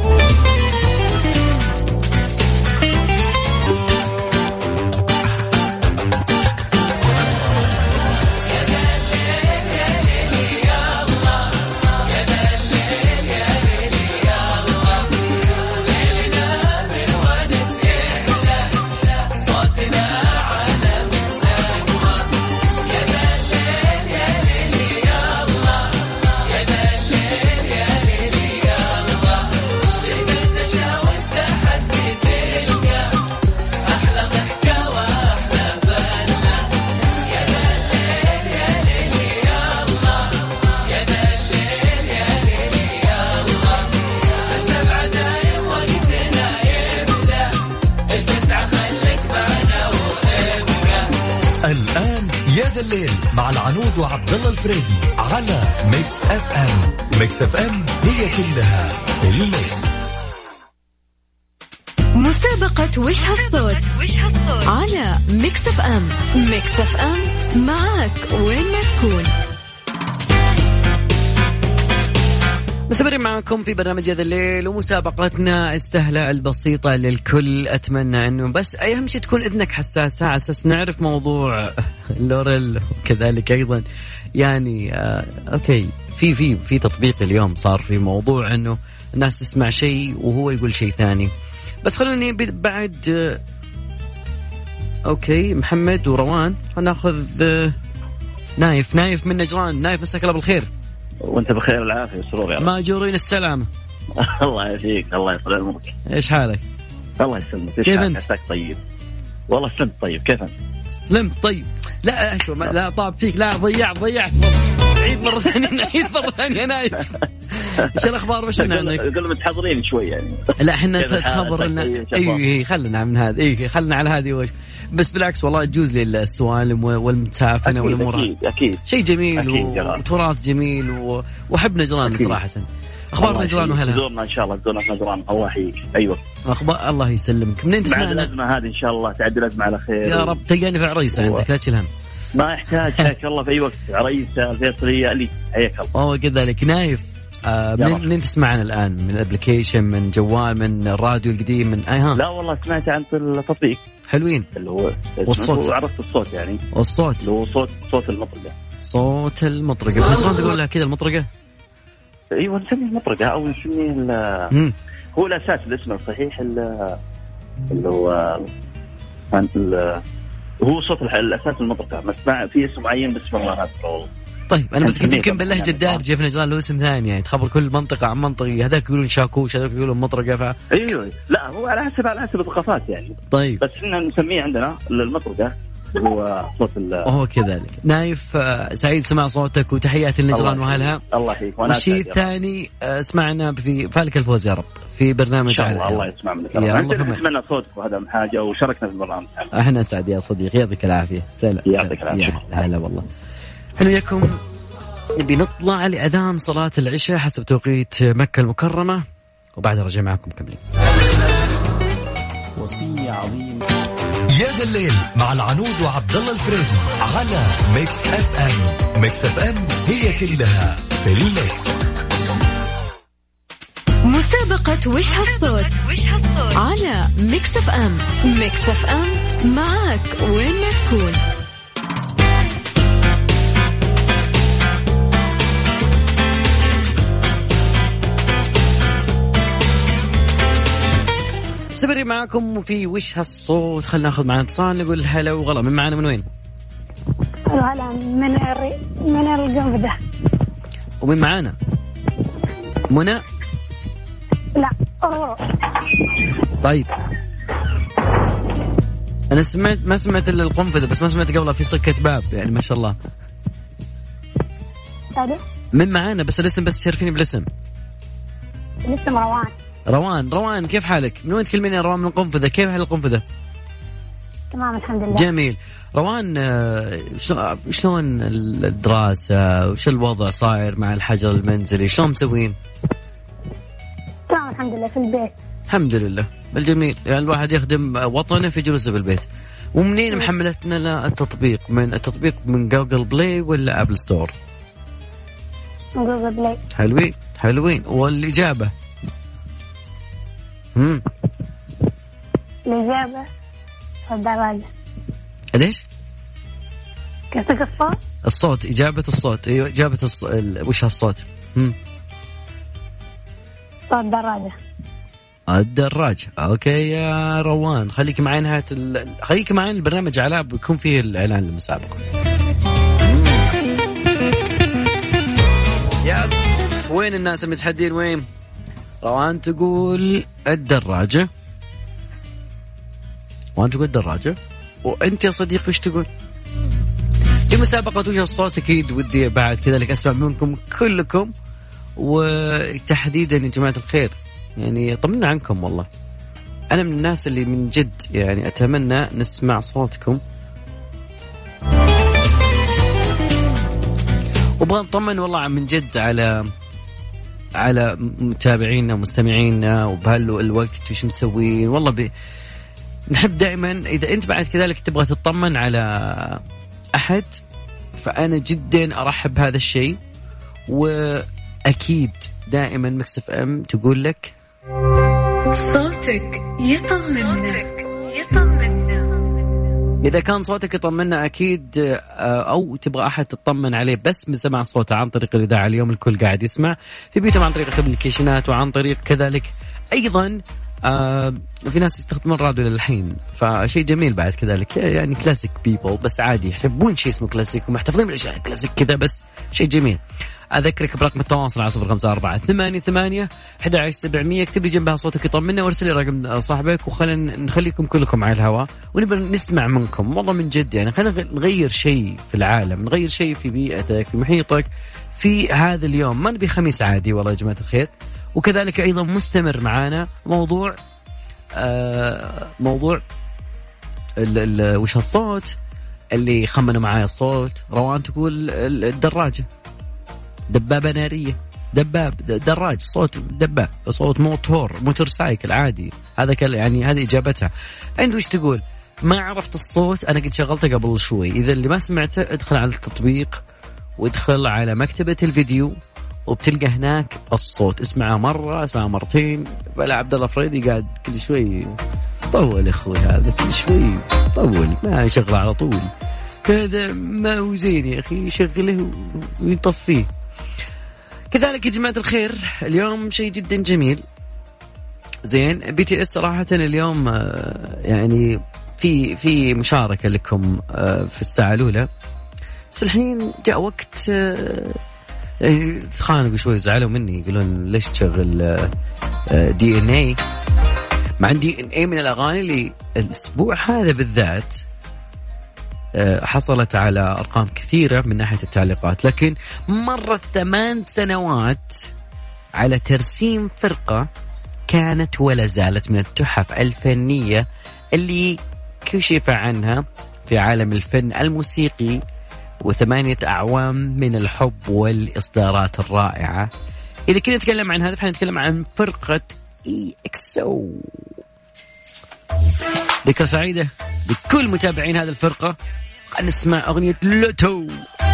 A: الآن يا ذا الليل مع العنود وعبد الله الفريدي على ميكس اف ام. ميكس اف ام هي كلها الميكس.
D: مسابقة وش هالصوت على ميكس اف ام. ميكس اف ام معك وين ما تكون.
B: مستمرين معكم في برنامج هذا الليل ومسابقتنا السهلة البسيطة للكل. أتمنى أنه بس أهم شيء تكون إذنك حساسة على أساس نعرف موضوع لوريل وكذلك أيضا يعني أوكي في تطبيق اليوم صار في موضوع أنه الناس تسمع شيء وهو يقول شيء ثاني. بس خلوني بعد أوكي محمد وروان هناخذ نايف من نجران. نايف مساك الله بالخير.
H: وانت بخير العافية والسرور يا رب.
B: ماجورين السلامة.
H: الله يعافيك الله يطول عمرك.
B: ايش حالك؟
H: الله يسلمك.
B: كيف انت؟
H: طيب والله سلمت. طيب كيف انت؟
B: سلمت طيب. لا شو لا طاب فيك. لا ضيعت عيد مرة ثانية نايف. ايش الاخبار وش عندك؟
H: يقول متحضرين شوي يعني.
B: لا احنا تخبر لنا اي خلنا من هذا اي خلنا على هذه وش. بس بالعكس والله تجوز لي السوالم والمتافنة والامور.
H: اكيد
B: شيء جميل وتراث جميل وحب نجران صراحة. اخبار نجران وهلا
H: زورنا ان شاء الله. زورنا في نجران الله يحييك. ايوه
B: اخبار الله يسلمك. منين تسمعنا؟
H: بعد الازمه هذه ان شاء الله تعدي الازمه على خير
B: يا رب. تلقاني في عريسة عندك لا تشيل هم.
H: ما يحتاج حياك الله في اي وقت. عريسة الفيصلية اللي حياك الله.
B: كذلك نايف. منين تسمعنا الآن؟ من الابليكيشن من جوال من الراديو القديم من أيها؟
H: لا والله سمعت عن التطبيق.
B: حلوين.
H: اللي هو
B: والصوت
H: وعرفت الصوت يعني.
B: والصوت
H: اللي هو صوت المطرقة.
B: صوت المطرقة. شلون تقول لها كذا المطرقة؟
H: ايوه نسميه المطرقة او نسميه هو الاساس الاسم الصحيح اللي هو صوت الاساس المطرقة. مسمع في اسم معين بس والله ما أذكره والله.
B: طيب أنا بس كنت يمكن باللهجة الدارجة في نجران له اسم ثاني يعني تخبر كل منطقة عن منطقة. هذاك يقولون شاكوش هذاك يقولون مطرقة
H: أيوه لا هو على حسب الثقافات يعني.
B: طيب
H: بس إحنا نسميه عندنا المطرقة هو صوت
B: هو كذلك. نايف سعيد سمع صوتك وتحياتي لنجران وأهلها.
H: الله يحييك.
B: والشيء الثاني سمعنا في فالك الفوز يا رب في برنامج
H: على الله يسمع منك. نتمنى صوتك وهذا من حاجة وشاركنا في البرنامج.
B: احنا سعد يا صديقي يعطيك العافية.
H: يعطيك العافية.
B: هلا والله. حلو ياكم. نبي نطلع لأذان صلاة العشاء حسب توقيت مكة المكرمة وبعد رجع معكم كملين.
H: وصية عظيمة
A: يا ذا الليل مع العنود وعبد الله الفريدي على ميكس اف ام. ميكس اف ام هي كلها في الميكس.
D: مسابقة وش هالصوت على ميكس اف ام. ميكس اف ام معك وين ما تكون.
B: مستمرين معكم في وش هالصوت. خلنا ناخذ معنا اتصال نقول هلا وغلا. من معنا من وين؟
F: هلا من القنفذة.
B: ومن معانا؟ منى؟
F: لا
B: طيب أنا ما سمعت إلا القنفذة بس ما سمعت قبلها في سكة باب يعني ما شاء الله.
F: ألو.
B: من معانا بس الاسم بس تشرفيني بالاسم.
F: الاسم روان.
B: روان كيف حالك؟ من وين تكلمين يا روان؟ من القنفذة. كيف حال القنفذة؟
F: تمام الحمد لله.
B: جميل. روان شلون الدراسة وش الوضع صاير مع الحجر المنزلي؟ شلون مسوين؟
F: تمام الحمد لله في البيت.
B: الحمد لله بالجميل. يعني الواحد يخدم وطنه في جلوسه بالبيت. ومنين محملتنا التطبيق؟ من التطبيق من جوجل بلاي ولا أبل ستور؟
F: جوجل بلاي.
B: حلوين. والإجابة؟
F: الإجابة الدراجة.
B: ليش؟
F: كيف الصوت؟
B: الصوت. إجابة الصوت. أيوة إجابة وش هالصوت؟
F: صوت الدراجة.
B: الدراجة. أوكي يا روان خليك معي خليك معي البرنامج علاء بيكون فيه الإعلان للمسابقة. يس. وين الناس المتحدين وين؟ روان تقول الدراجة. وأنت يا صديقي وش تقول؟ في مسابقة وجه الصوت أكيد ودي بعد كذلك أسمع منكم كلكم، وتحديدا يا جماعة الخير يعني طمنا عنكم. والله أنا من الناس اللي من جد يعني أتمنى نسمع صوتكم، وبغى نطمن والله من جد على متابعينا ومستمعينا وبهالوقت وش مسوين. والله نحب دائما إذا أنت بعد كذلك تبغى تطمن على أحد فأنا جدا أرحب بهذا الشيء. وأكيد دائما ميكس اف ام تقول لك
D: صوتك يطمنا.
B: إذا كان صوتك يطمنا أكيد، أو تبغى أحد تطمن عليه بس من سمع صوته عن طريق الإذاعة. اليوم الكل قاعد يسمع في بيتهم عن طريق الابليكيشنات وعن طريق كذلك أيضا في ناس يستخدمون الراديو للحين، فشيء جميل بعد كذلك يعني كلاسيك بيبل بس عادي يحبون شيء اسمه كلاسيك ومحتفظين بالأشياء كلاسيك كذا، بس شيء جميل. أذكرك برقم التواصل على 0548811700. اكتب لي جنبها صوتك يطمنا وارسل لي رقم صاحبك وخلينا نخليكم كلكم على الهواء ونبغى نسمع منكم. والله من جد يعني خلينا نغير شيء في العالم، نغير شيء في بيئتك في محيطك في هذا اليوم. ما نبي خميس عادي والله يا جماعة الخير. وكذلك أيضا مستمر معانا موضوع وش هالصوت اللي خمنوا معايا الصوت. روان تقول الدراجة، دبابة نارية، دراج، صوت دباب، صوت موتور سايكل عادي. هذا يعني هذه إجابتها. أنت وش تقول؟ ما عرفت الصوت، أنا قد شغلته قبل شوي. إذا اللي ما سمعته ادخل على التطبيق وادخل على مكتبة الفيديو وبتلقى هناك الصوت. اسمعها مرة، اسمعها مرتين. بلا عبد الله فريدي قاعد كل شوي طول اخوي، هذا كل شوي طول ما يشغله على طول هذا ما هو زين يا اخي، يشغله ويطفيه. كذلك يا جماعة الخير اليوم شيء جدا جميل زين. BTS صراحة اليوم يعني في مشاركة لكم في الساعة الأولى، بس الحين جاء وقت خانقوا شوي، زعلوا مني يقولون ليش تشغل DNA مع DNA من الأغاني اللي الأسبوع هذا بالذات حصلت على أرقام كثيرة من ناحية التعليقات، لكن مرت 8 سنوات على ترسيم فرقة كانت ولا زالت من التحف الفنية اللي كشف عنها في عالم الفن الموسيقي، و8 أعوام من الحب والإصدارات الرائعة. إذا كنا نتكلم عن هذا فنتكلم عن فرقة EXO. ذكرى سعيدة بكل متابعين هذه الفرقة. نسمع أغنية لوتو.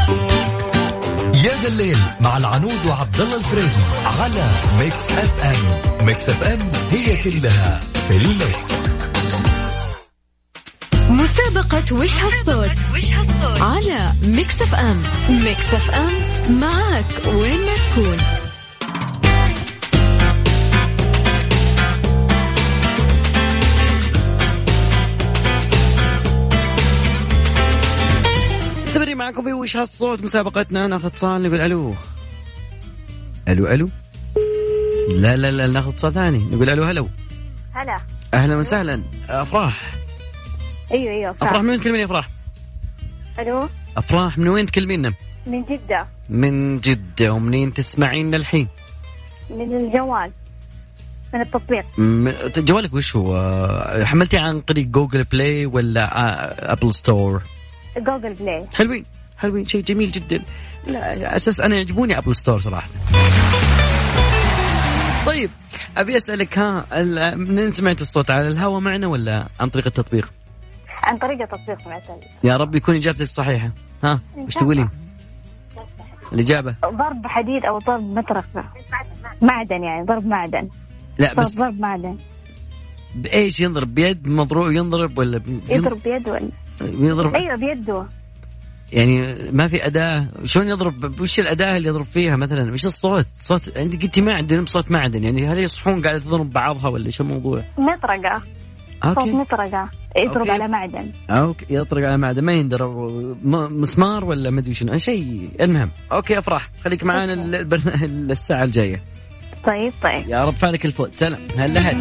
A: يا ذا الليل مع العنود وعبد الله الفريدي على ميكس اف ام. ميكس اف ام هي كلها في الميكس.
D: مسابقة وش هالصوت على ميكس اف ام. ميكس اف ام معك وين ما تكون.
B: استمري معكم في وش هالصوت مسابقتنا. ناخذ اتصال نقول الو. لا ناخذ اتصال ثاني نقول الو. هلا اهلا وسهلا. افراح.
F: ايوه
B: افراح من وين تكلمين يا افراح؟
F: الو
B: افراح من وين تكلمينا؟
F: من جدة.
B: ومنين تسمعينا الحين؟
F: من الجوال. من التطبيق.
B: جوالك وش هو؟ حملتي عن طريق جوجل بلاي ولا أبل ستور؟
F: جوجل بلاي.
B: حلوين شيء جميل جدا. لا أساس أنا يعجبوني أبل ستور صراحة. طيب أبي أسألك، منين سمعت الصوت؟ على الهواء معنا ولا عن طريق التطبيق؟
F: عن طريق التطبيق سمعت.
B: يا رب يكون إجابتك صحيحة. وش تقولين؟ الإجابة
F: ضرب حديد أو ضرب مطرقة معدن، يعني ضرب معدن.
B: لا بس
F: ضرب معدن.
B: بإيش ينضرب؟ بيد مضروب ينضرب ولا
F: يضرب بيد ولا
B: يضرب؟
F: أيوة بيده.
B: يعني ما في أداة؟ شلون يضرب؟ وش الأداة اللي يضرب فيها مثلا؟ وش الصوت؟ صوت عندي قلتي معدن، صوت معدن، يعني هل يصحون قاعدة تضرب بعضها ولا إيش الموضوع؟
F: مطرقة. صوت مطرقة يضرب على معدن.
B: أوكي يضرب على معدن، ما ينضرب مسمار ولا ما أدري شنو شيء. المهم أوكي أفرح، خليك معانا الساعة الجاية.
F: طيب
B: يا رب فالك الفوت. سلام. هلا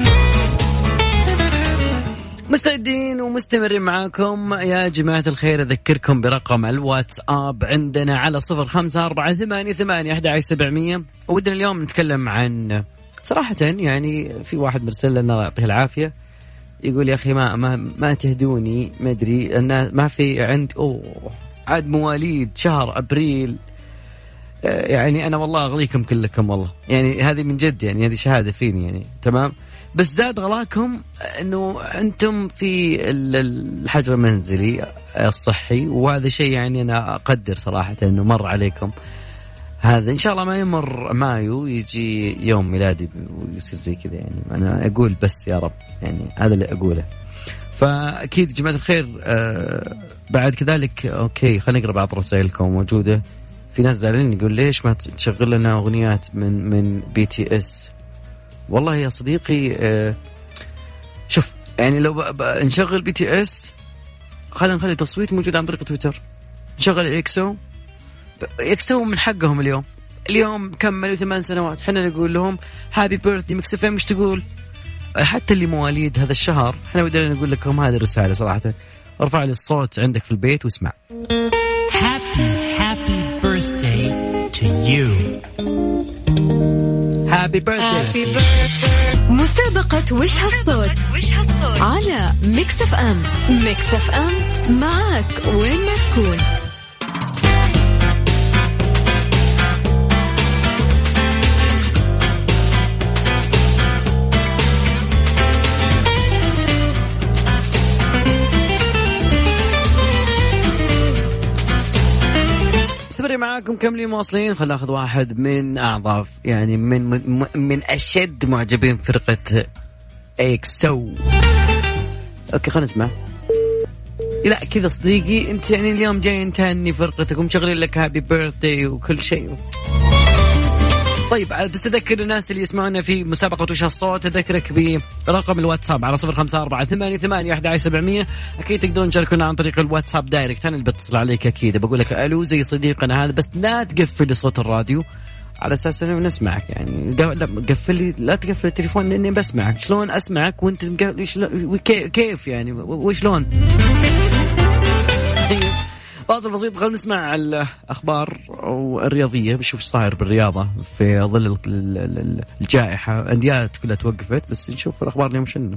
B: مستعدين ومستمرين معاكم يا جماعة الخير. أذكركم برقم الواتساب عندنا على 0548811700. ودنا اليوم نتكلم عن صراحة، يعني في واحد مرسل لنا الله يعطيه العافية يقول يا أخي ما تهدوني، ما أدري أن ما في عاد مواليد شهر أبريل، يعني أنا والله أغليكم كلكم والله، يعني هذه من جد، يعني هذه شهادة فيني يعني تمام. بس زاد غلاكم أنه أنتم في الحجر المنزلي الصحي، وهذا شيء يعني أنا أقدر صراحة أنه مر عليكم هذا. إن شاء الله ما يمر مايو يجي يوم ميلادي ويصير زي كذا، يعني أنا أقول بس يا رب، يعني هذا اللي أقوله. فأكيد جماعة الخير بعد كذلك أوكي خلينا نقرأ بعض رسائلكم موجودة. في ناس زعلانين يقول ليش ما تشغل لنا أغنيات من BTS. والله يا صديقي شوف، يعني لو نشغل BTS خلينا نخلي تصويت موجود عن طريق تويتر. نشغل إكسو من حقهم اليوم كملوا 8 سنوات، حنا نقول لهم هابي بيرثدي ميكس اف ام. مش تقول حتى اللي مواليد هذا الشهر احنا بدنا نقول لكم هذه الرسالة صراحة. ارفع لي الصوت عندك في البيت واسمع.
I: Happy birthday to you.
B: Happy birthday.
D: مسابقة وش هالصوت على ميكس اف ام. ميكس اف ام معك وين ما تكون.
B: معاكم كملين مواصلين. خلنا ناخذ واحد من أعضاف، يعني من أشد معجبين فرقة إكسو. أوكي خلنا نسمع. لا كذا صديقي أنت، يعني اليوم جاي تهني فرقتك ومشغلين لك هابي بيرثدي وكل شيء. طيب بس أذكر الناس اللي يسمعونا في مسابقة وش هالصوت، أذكرك برقم الواتساب على 0548811700. أكيد تقدرون تشاركونا عن طريق الواتساب دايركت. أنا اللي بتصل عليك أكيد، بقول لك ألو زي صديقنا هذا، بس لا تقفل صوت الراديو على أساس أنه نسمعك. يعني لا قفل لي، لا تقفل التليفون لأني بسمعك. شلون أسمعك وأنت كيف يعني وشلون؟ فاصل بسيط خلينا نسمع الأخبار الرياضية، بنشوف ايش صاير بالرياضة في ظل الجائحة. أنديات كلها توقفت، بس نشوف الأخبار اليوم شنو.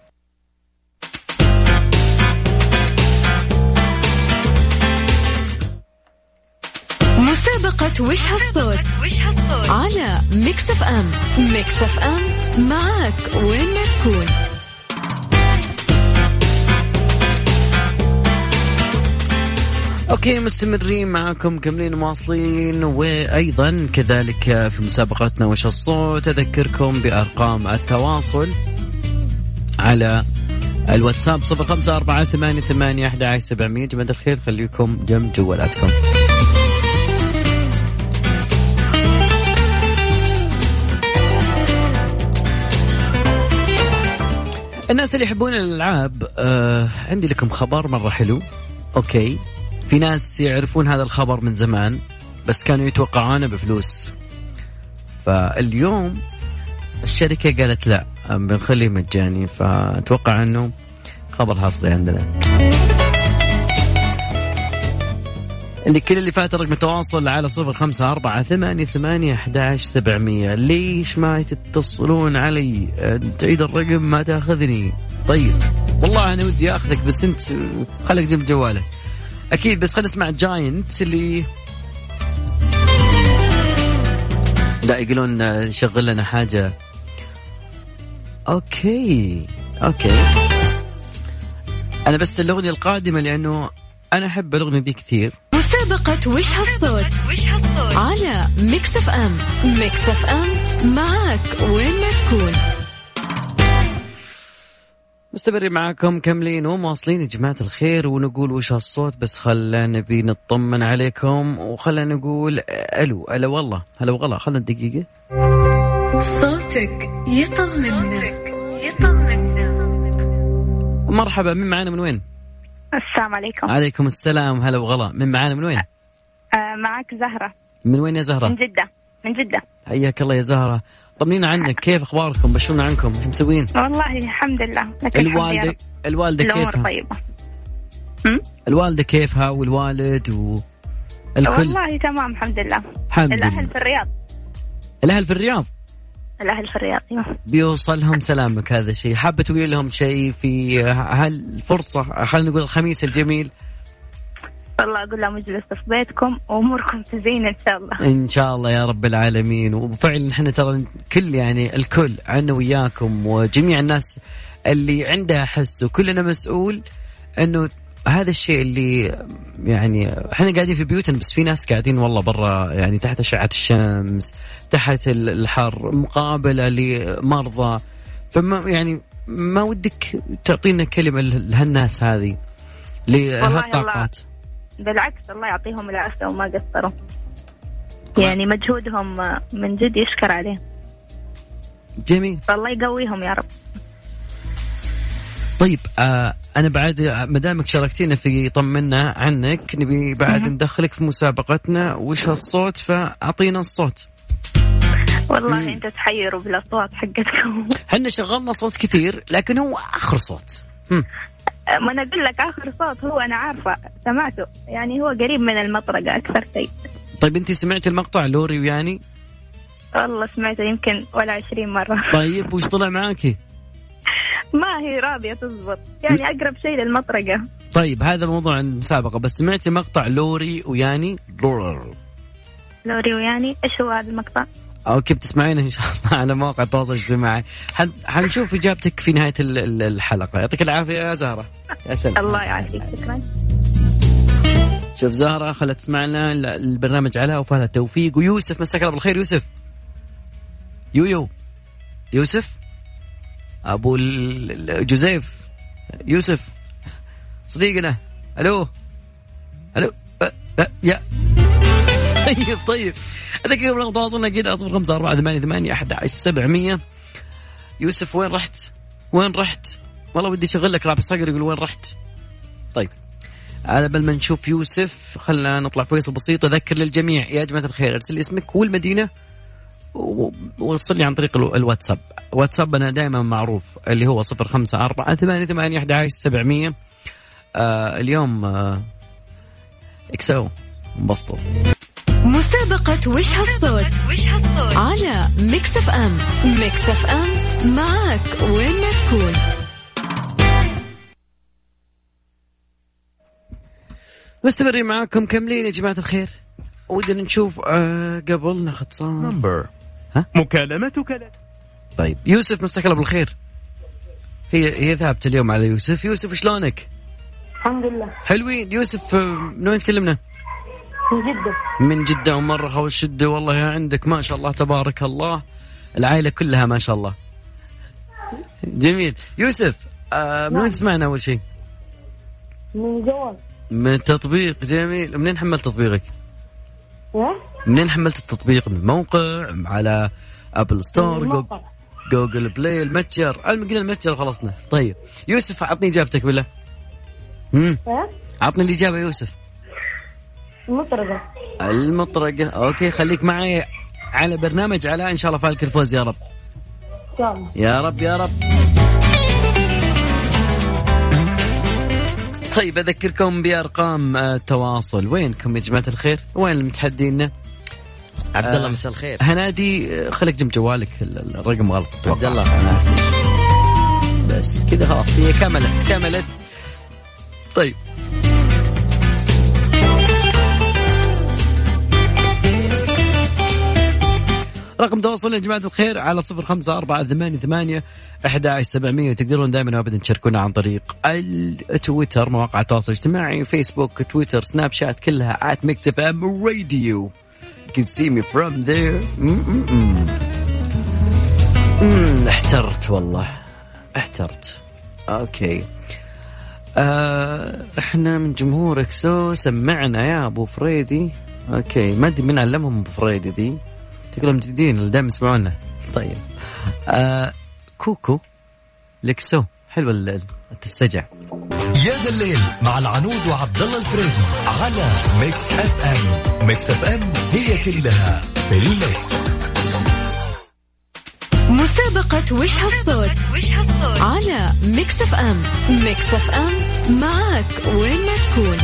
D: مسابقة وش هالصوت على ميكس اف ام. ميكس اف ام معك وين ما تكون.
B: اوكي مستمرين معكم كملين مواصلين، وايضا كذلك في مسابقتنا وش الصوت. اذكركم بارقام التواصل على الواتساب 0548811700. جماعة الخير خليكم جنب جوالاتكم. الناس اللي يحبون الألعاب عندي لكم خبر مرة حلو. اوكي في ناس يعرفون هذا الخبر من زمان بس كانوا يتوقعونه بفلوس، فاليوم الشركة قالت لا بنخليه مجاني، فأتوقع أنه خبر حصري عندنا. اللي كل اللي فات رقم التواصل على 0548811700. ليش ما تتصلون علي؟ تعيد الرقم ما تاخذني. طيب والله أنا ودي أخذك بس أنت خليك جنب جوالك أكيد. بس خلينا نسمع جاينت اللي لا يقولون شغل لنا حاجة. أوكي أنا بس الأغنية القادمة لأنه أنا أحب الأغنية دي كثير.
D: مسابقة وش هالصوت على ميكس اف ام. ميكس اف ام معك وين ما تكون.
B: مستمرين معاكم كاملين ومواصلين يا جماعة الخير، ونقول وش هالصوت. بس خلنا نبي نطمن عليكم وخلنا نقول ألو. ألا والله هلا وغلا. خلنا دقيقة.
D: صوتك يطمننا.
B: مرحبا، من معانا من وين؟
F: السلام عليكم.
B: عليكم السلام، هلا وغلا. من معانا من وين؟
F: معك زهرة.
B: من وين يا زهرة؟
F: من جدة.
B: حياك الله يا زهرة. طمنينا عنك، كيف أخباركم؟ بشرنا عنكم، ايش مسوين؟
F: والله الحمد لله.
B: الوالدة كيفها؟
F: طيبة.
B: الوالدة كيفها والوالد والكل؟
F: والله تمام الحمد لله. الأهل في الرياض.
B: الأهل في الرياض. بيوصلهم سلامك. هذا شيء. حابة تقولي لهم شيء في هالفرصة، خلينا نقول الخميس الجميل؟
F: والله أقول لهم اجلسوا في بيتكم وأموركم تزين إن شاء الله.
B: إن شاء الله يا رب العالمين. وفعلا إحنا ترى الكل عنا وياكم وجميع الناس اللي عندها حس، وكلنا مسؤول إنه هذا الشيء اللي يعني احنا قاعدين في بيوتنا، بس في ناس قاعدين والله برا يعني تحت أشعة الشمس، تحت الحر، مقابلة لمرضى. فما يعني ما ودك تعطينا كلمة لهالناس هذه لهالطاقات؟
F: بالعكس الله يعطيهم العافية وما قصروا، يعني مجهودهم من جد يشكر عليه.
B: جميل،
F: الله يقويهم يا رب.
B: طيب أنا بعد مدامك شاركتينا في طمنا عنك، نبي بعد ندخلك في مسابقتنا وش هالصوت، فأعطينا الصوت.
F: والله أنت تحيروا بالأصوات حقتكم.
B: حنا شغلنا صوت كثير لكن هو آخر صوت.
F: ما أنا أقول لك آخر صوت هو أنا عارفة سمعته، يعني هو قريب من المطرقة أكثر شيء.
B: طيب أنت سمعت المقطع لوري وياني؟
F: والله سمعته يمكن ولا 20 مرة.
B: طيب وش طلع معاكي؟
F: ما هي راضية تزبط، يعني أقرب شيء للمطرقة.
B: طيب هذا الموضوع المسابقة، بس سمعتي مقطع لوري وياني؟
F: لوري وياني إيش هو هذا المقطع؟
B: أوكي بتسمعين إن شاء الله على مواقع التواصل الاجتماعي. حنشوف إجابتك في نهاية الحلقة. يعطيك العافية يا زهرة. يا سلام.
F: الله يعافيك، شكرا.
B: شوف زهرة خلت تسمعنا البرنامج على وفالها التوفيق. ويوسف مساك الله بالخير. يوسف يوسف أبو جوزيف يوسف صديقنا. ألو يا طيب أذكر رقم تواصلنا أكيد 0548811700. يوسف وين رحت؟ والله ودي أشغل لك راب الصقر يقول وين رحت. طيب على بال ما نشوف يوسف خلنا نطلع فيصل بسيط. أذكر للجميع يا جماعة الخير أرسل اسمك والمدينة ووصل لي عن طريق الواتساب. واتساب أنا دائما معروف اللي هو 0548811700. اليوم اكسو انبسطوا.
D: مسابقة وش هالصوت على ميكس اف ام. ميكس اف ام معك وين ما تكون.
B: مستمرين معاكم كاملين يا جماعة الخير. ودنا نشوف قبل ناخذ صار
E: مكالمتك.
B: طيب يوسف مساك الله بالخير. هي ذهبت اليوم على يوسف شلونك؟
C: الحمد لله
B: حلوين. يوسف من وين تكلمنا؟ من جدة ومرة خوش الشدة. والله عندك ما شاء الله تبارك الله العائلة كلها ما شاء الله. جميل. يوسف من وين تسمعنا أول شيء؟
C: من جوال.
B: من التطبيق. جميل. منين حملت تطبيقك؟ منين حملت التطبيق؟ من موقع على أبل ستور جوجل بلاي المتجر؟ قلنا المتجر خلصنا. طيب يوسف عطني إجابتك بالله. عطني الإجابة يوسف. المطرقة. أوكي خليك معي على برنامج على إن شاء الله فالك الفوز يا رب. يا رب. طيب أذكركم بأرقام التواصل. وينكم يا جماعة الخير؟ وين المتحدين؟
J: عبد الله مساء الخير.
B: هنادي خليك جنب جوالك الرقم غلط.
J: عبد الله
B: بس كذا خلاص هي كملت. طيب رقم تواصلنا يا جماعة الخير على 0548811700. وتقدرون دائما وابدا تشاركونا عن طريق التويتر، مواقع التواصل الاجتماعي، فيسبوك، تويتر، سناب شات، كلها @mixfmradio. You can see me from there. احترت والله احترت. اوكي احنا من جمهورك سمعنا يا ابو فريدي. اوكي ما ادري من علمهم ابو فريدي دي، تقولهم جديدين اللي دائما يسمعونا. طيب كوكو لكسو حلوة السجع.
A: يا ذا الليل مع العنود وعبد الله الفريدي على ميكس اف ام. ميكس اف ام هي كلها في الميكس.
D: مسابقة وش هالصوت على ميكس اف ام. ميكس اف ام معك وين ما تكون.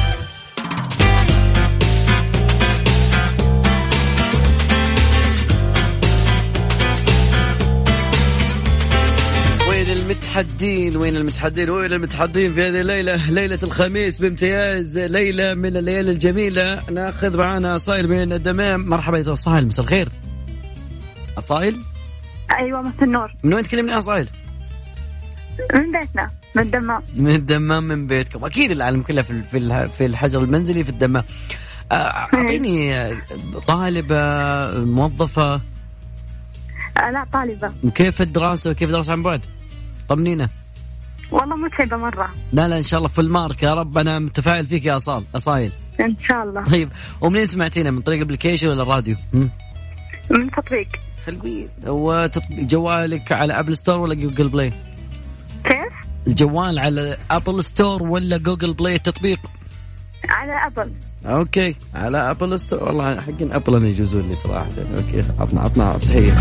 B: وين المتحدين في هذه الليلة، ليلة الخميس بامتياز، ليلة من الليالي الجميلة. ناخذ معنا أصايل من الدمام. مرحبا يا أصايل، مساء الخير. أصايل؟
F: أيوة مساء النور.
B: من وين تكلمني أصايل؟
F: من بيتنا، من الدمام.
B: من الدمام، من بيتكم. أكيد العالم كله في الحجر المنزلي في الدمام. أعطيني طالبة موظفة؟
F: لا طالبة.
B: كيف الدراسة وكيف دراسة عن بعد؟ طمنينا.
F: والله متعبة مرة.
B: لا إن شاء الله في المارك يا رب. أنا متفائل فيك يا أصايل.
F: إن شاء الله.
B: طيب ومنين سمعتينا؟ من طريق الابليكيشن ولا الراديو؟
F: من تطبيق.
B: حلوين. جوالك على أبل ستور ولا جوجل بلاي؟
F: كيف؟
B: الجوال على أبل ستور ولا جوجل بلاي التطبيق؟
F: على أبل.
B: أوكي على أبل ستور. والله حقين أبل أنا يجوزون لي صراحة. أوكي عطنا تحية.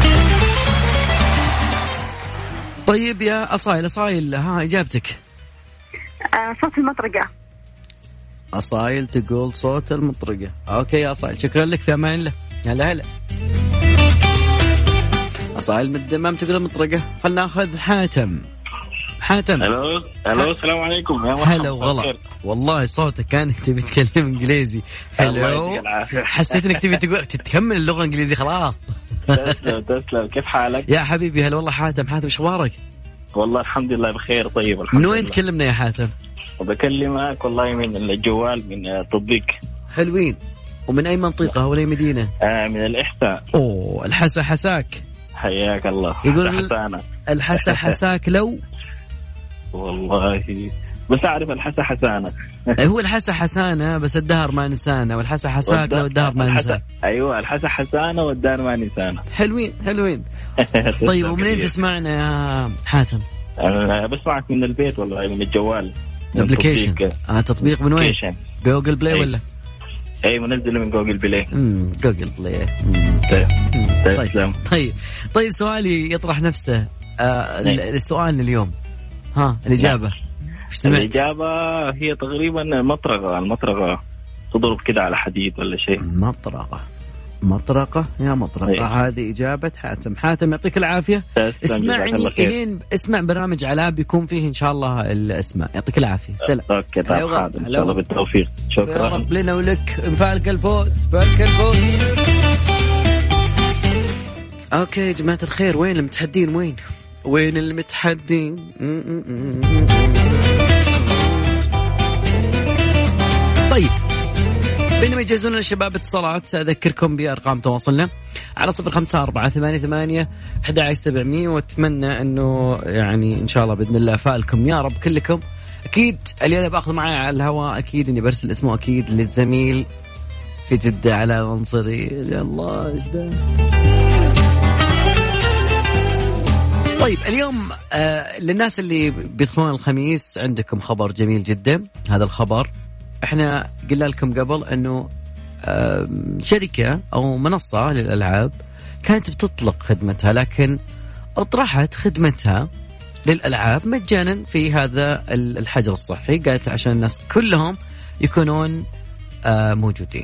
B: طيب يا أصايل ها إجابتك؟
F: صوت المطرقة.
B: أصايل تقول صوت المطرقة. أوكي يا أصايل شكرا لك، في أمان الله. هلا أصايل من الدمام تقول المطرقة. خلنا ناخذ حاتم.
K: الو السلام عليكم.
B: هلا وغلا. والله صوتك كان تبي تتكلم انجليزي. هلو حسيت انك تبي تكمل اللغه الانجليزيه خلاص.
K: تسلم كيف حالك
B: يا حبيبي؟ هلا والله حاتم ايش اخبارك؟
K: والله الحمد لله بخير. طيب الحمد لله.
B: من وين تكلمنا يا حاتم؟
K: بكلمك والله من الجوال من التطبيق.
B: حلوين. ومن اي منطقه ولا مدينه؟
K: من الاحساء.
B: اوه الحسا حساك.
K: حياك الله.
B: يقول الحسا حساك لو
K: والله بس أعرف الحسا حسانة.
B: هو الحسا حسانة بس الدهر ما نسانة، والحسا حساك لو الدهر ما نسانة.
K: أيوة الحسا حسانة والدهر ما نسانة.
B: حلوين. طيب ومنين تسمعنا يا حاتم؟
K: أنا بسمعك من البيت والله من الجوال.
B: أبليكيشن. تطبيق من وين؟ جوجل بلاي ولا؟
K: أي منزله من جوجل بلاي.
B: جوجل بلاي. طيب سؤالي يطرح نفسه. السؤال اليوم الإجابة وش سمعت؟
K: الإجابة هي تقريبا المطرقة تضرب كده على حديد ولا شيء.
B: مطرقة يا مطرقة. هذه إجابة حاتم يعطيك العافية. اسمعني إلين اسمع برنامج علاء بيكون فيه إن شاء الله الأسماء. يعطيك العافية. سلام.
K: أوكي إن شاء الله بالتوفيق. شكرا
B: يا رب لنا ولك. فالك الفوز. أوكي يا جماعة الخير، وين المتحدين؟ وين المتحدين؟ طيب بينما يجهزون الشباب اتصالات أذكركم بأرقام تواصلنا على 0548811700. واتمنى أنه يعني إن شاء الله بإذن الله فالكم يا رب كلكم. أكيد اليوم بأخذ معي على الهواء أكيد إني برسل اسمه أكيد للزميل في جدة على العنصري. يا الله إجدام. طيب اليوم للناس اللي بيدخلون الخميس عندكم خبر جميل جدا. هذا الخبر احنا قلنا لكم قبل انه شركة او منصة للألعاب كانت بتطلق خدمتها، لكن اطرحت خدمتها للألعاب مجانا في هذا الحجر الصحي. قالت عشان الناس كلهم يكونون موجودين.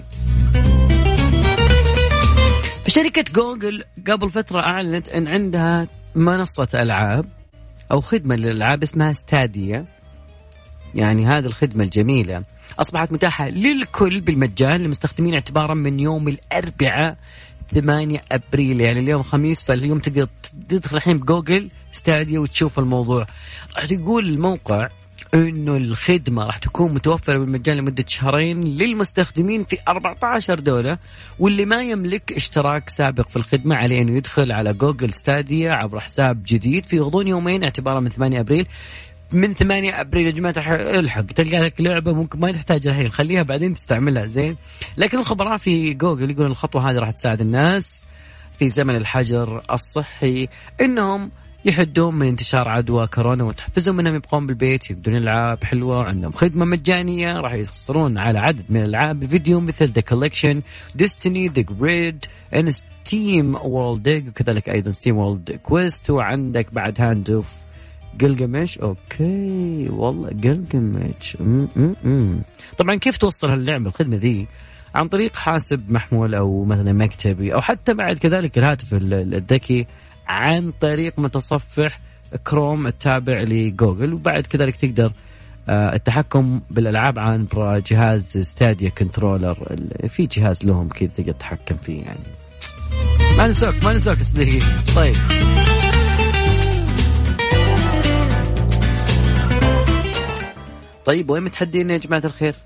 B: شركة جوجل قبل فترة أعلنت أن عندها منصة ألعاب أو خدمة للألعاب اسمها ستاديا. يعني هذه الخدمة الجميلة أصبحت متاحة للكل بالمجان للمستخدمين اعتبارا من يوم الأربعاء 8 أبريل. يعني اليوم خميس، فاليوم تقدر تدخل الحين بجوجل ستاديا وتشوف الموضوع. راح يقول الموقع إنه الخدمة راح تكون متوفرة بالمجان لمدة شهرين للمستخدمين في 14 دولة، واللي ما يملك اشتراك سابق في الخدمة عليه أنه يدخل على جوجل ستاديا عبر حساب جديد في غضون يومين اعتبارا من 8 أبريل. من 8 أبريل يا جماعة الحق تلقى لك لعبة ممكن ما تحتاج الحين، خليها بعدين تستعملها زين. لكن الخبراء في جوجل يقولون الخطوة هذه راح تساعد الناس في زمن الحجر الصحي إنهم يحدون من انتشار عدوى كورونا وتحفزهم انهم يبقون بالبيت يقدرون العاب حلوه. وعندهم خدمه مجانيه راح يحصلون على عدد من الالعاب الفيديو مثل The Collection, Destiny, The Grid, and Steam World Dig، وكذلك ايضا Steam World Quest. وعندك بعد هاند اوف جلجمش. اوكي والله جلجمش. طبعا كيف توصل هاللعبه الخدمه ذي؟ عن طريق حاسب محمول او مثلا مكتبي، او حتى بعد كذلك الهاتف الذكي عن طريق متصفح كروم التابع لجوجل. وبعد كذلك تقدر التحكم بالألعاب عن جهاز ستاديا كنترولر. في جهاز لهم كذا تقدر تتحكم فيه. يعني ما نسوك صديقي. طيب وين متحدين يا جماعة الخير؟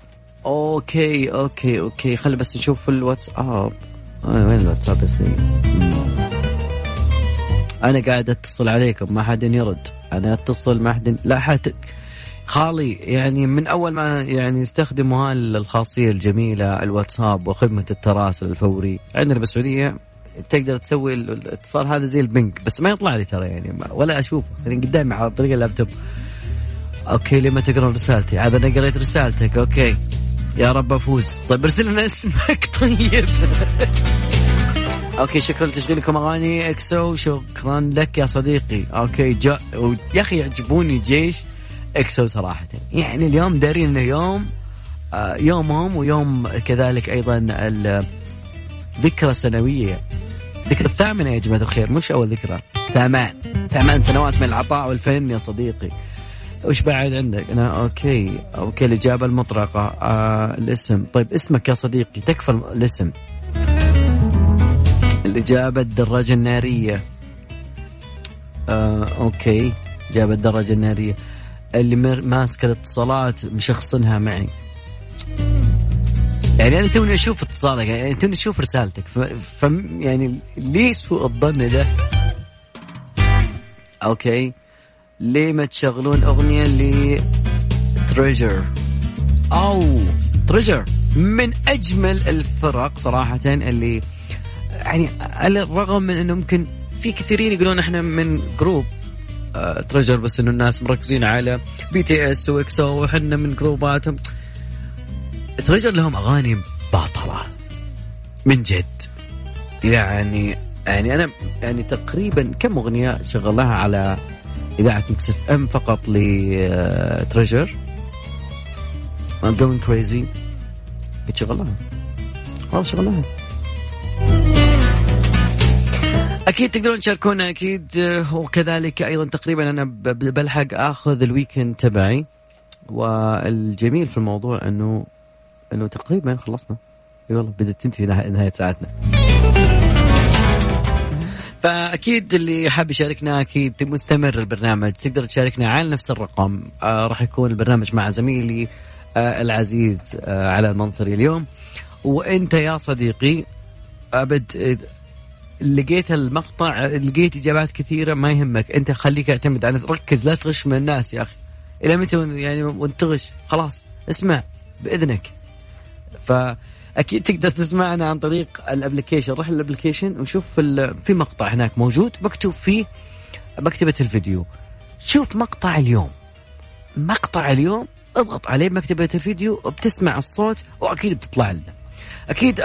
B: اوكي خلي بس نشوف الواتساب. وين الواتساب يا صديقي؟ أنا قاعد أتصل عليكم ما حد يرد. أنا أتصل ما حد لا حد خالي. يعني من أول ما يعني استخدموا الخاصية الجميلة الواتساب وخدمة التراسل الفوري عندنا بالسعودية، تقدر تسوي الاتصال هذا زي البنك بس ما يطلع لي ترى يعني ولا أشوفه يعني قدامي على طريق اللابتوب. أوكي لما تقرأ رسالتي هذا أنا قريت رسالتك. أوكي يا رب أفوز. طيب ارسل لنا اسمك. طيب اوكي شكرا لتشغيلكم اغاني اكسو. شكرا لك يا صديقي. اوكي يا اخي يعجبوني جيش اكسو صراحه. يعني اليوم دارين انه يومهم ويوم كذلك ايضا الذكرى السنويه، ذكرى الثامنه يا جماعه الخير، مش اول ذكرى، 8 سنوات من العطاء والفن يا صديقي. وش بعد عندك؟ أنا أوكي الإجابة المطرقة. الاسم. طيب اسمك يا صديقي تكفى الاسم. الإجابة الدراجة النارية. أوكي إجابة الدراجة النارية. اللي ماسك الاتصالات مشخصنها معي. يعني أنا توني أشوف اتصالك، يعني توني أشوف رسالتك، يعني ليه سوء الظن ده؟ أوكي ليه ما تشغلون أغنية لتريجر؟ تريجر من أجمل الفرق صراحة اللي يعني على الرغم من أنه ممكن في كثيرين يقولون إحنا من جروب تريجر بس إنه الناس مركزين على BTS وإكسو وإحنا من جروباتهم. تريجر لهم أغاني باطلة من جد. يعني أنا يعني تقريبا كم أغنية شغلها على إذاعة ميكس اف ام فقط لتريجر. I'm going crazy. شغلها خلاص شغلها. أكيد تقدرون تشاركونا أكيد. وكذلك أيضا تقريبا أنا بلحق أخذ الويكند تبعي. والجميل في الموضوع أنه تقريبا خلصنا. والله بدأت تنتهي نهاية ساعتنا. فأكيد اللي حاب يشاركنا أكيد مستمر البرنامج تقدر تشاركنا على نفس الرقم. راح يكون البرنامج مع زميلي العزيز على المنصري اليوم. وأنت يا صديقي لقيت المقطع لقيت إجابات كثيرة ما يهمك، أنت خليك اعتمد على ركز لا تغش من الناس يا أخي. إلى متى يعني وانت تغش؟ خلاص اسمع بإذنك. فأكيد تقدر تسمعنا عن طريق الابليكيشن. روح الابليكيشن وشوف في مقطع هناك موجود مكتوب فيه مكتبة الفيديو. شوف مقطع اليوم اضغط عليه مكتبة الفيديو وبتسمع الصوت وأكيد بتطلع لنا. أكيد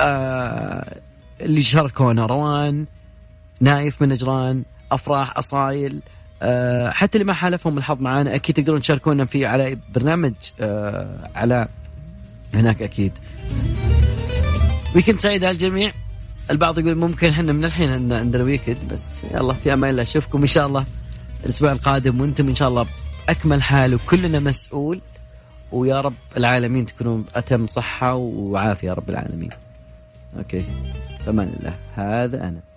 B: اللي شاركونا روان، نايف من نجران، أفراح، أصايل، حتى اللي ما حالفهم الحظ معانا أكيد تقدرون تشاركونا فيه على برنامج على هناك. أكيد ويكند سعيد على الجميع. البعض يقول ممكن احنا من الحين عندنا ويكند، بس يلا في أمان الله. أشوفكم إن شاء الله الأسبوع القادم وأنتم إن شاء الله بأكمل حال وكلنا مسؤول، ويا رب العالمين تكونوا أتم صحة وعافية يا رب العالمين. أوكي، فمان الله. هذا أنا.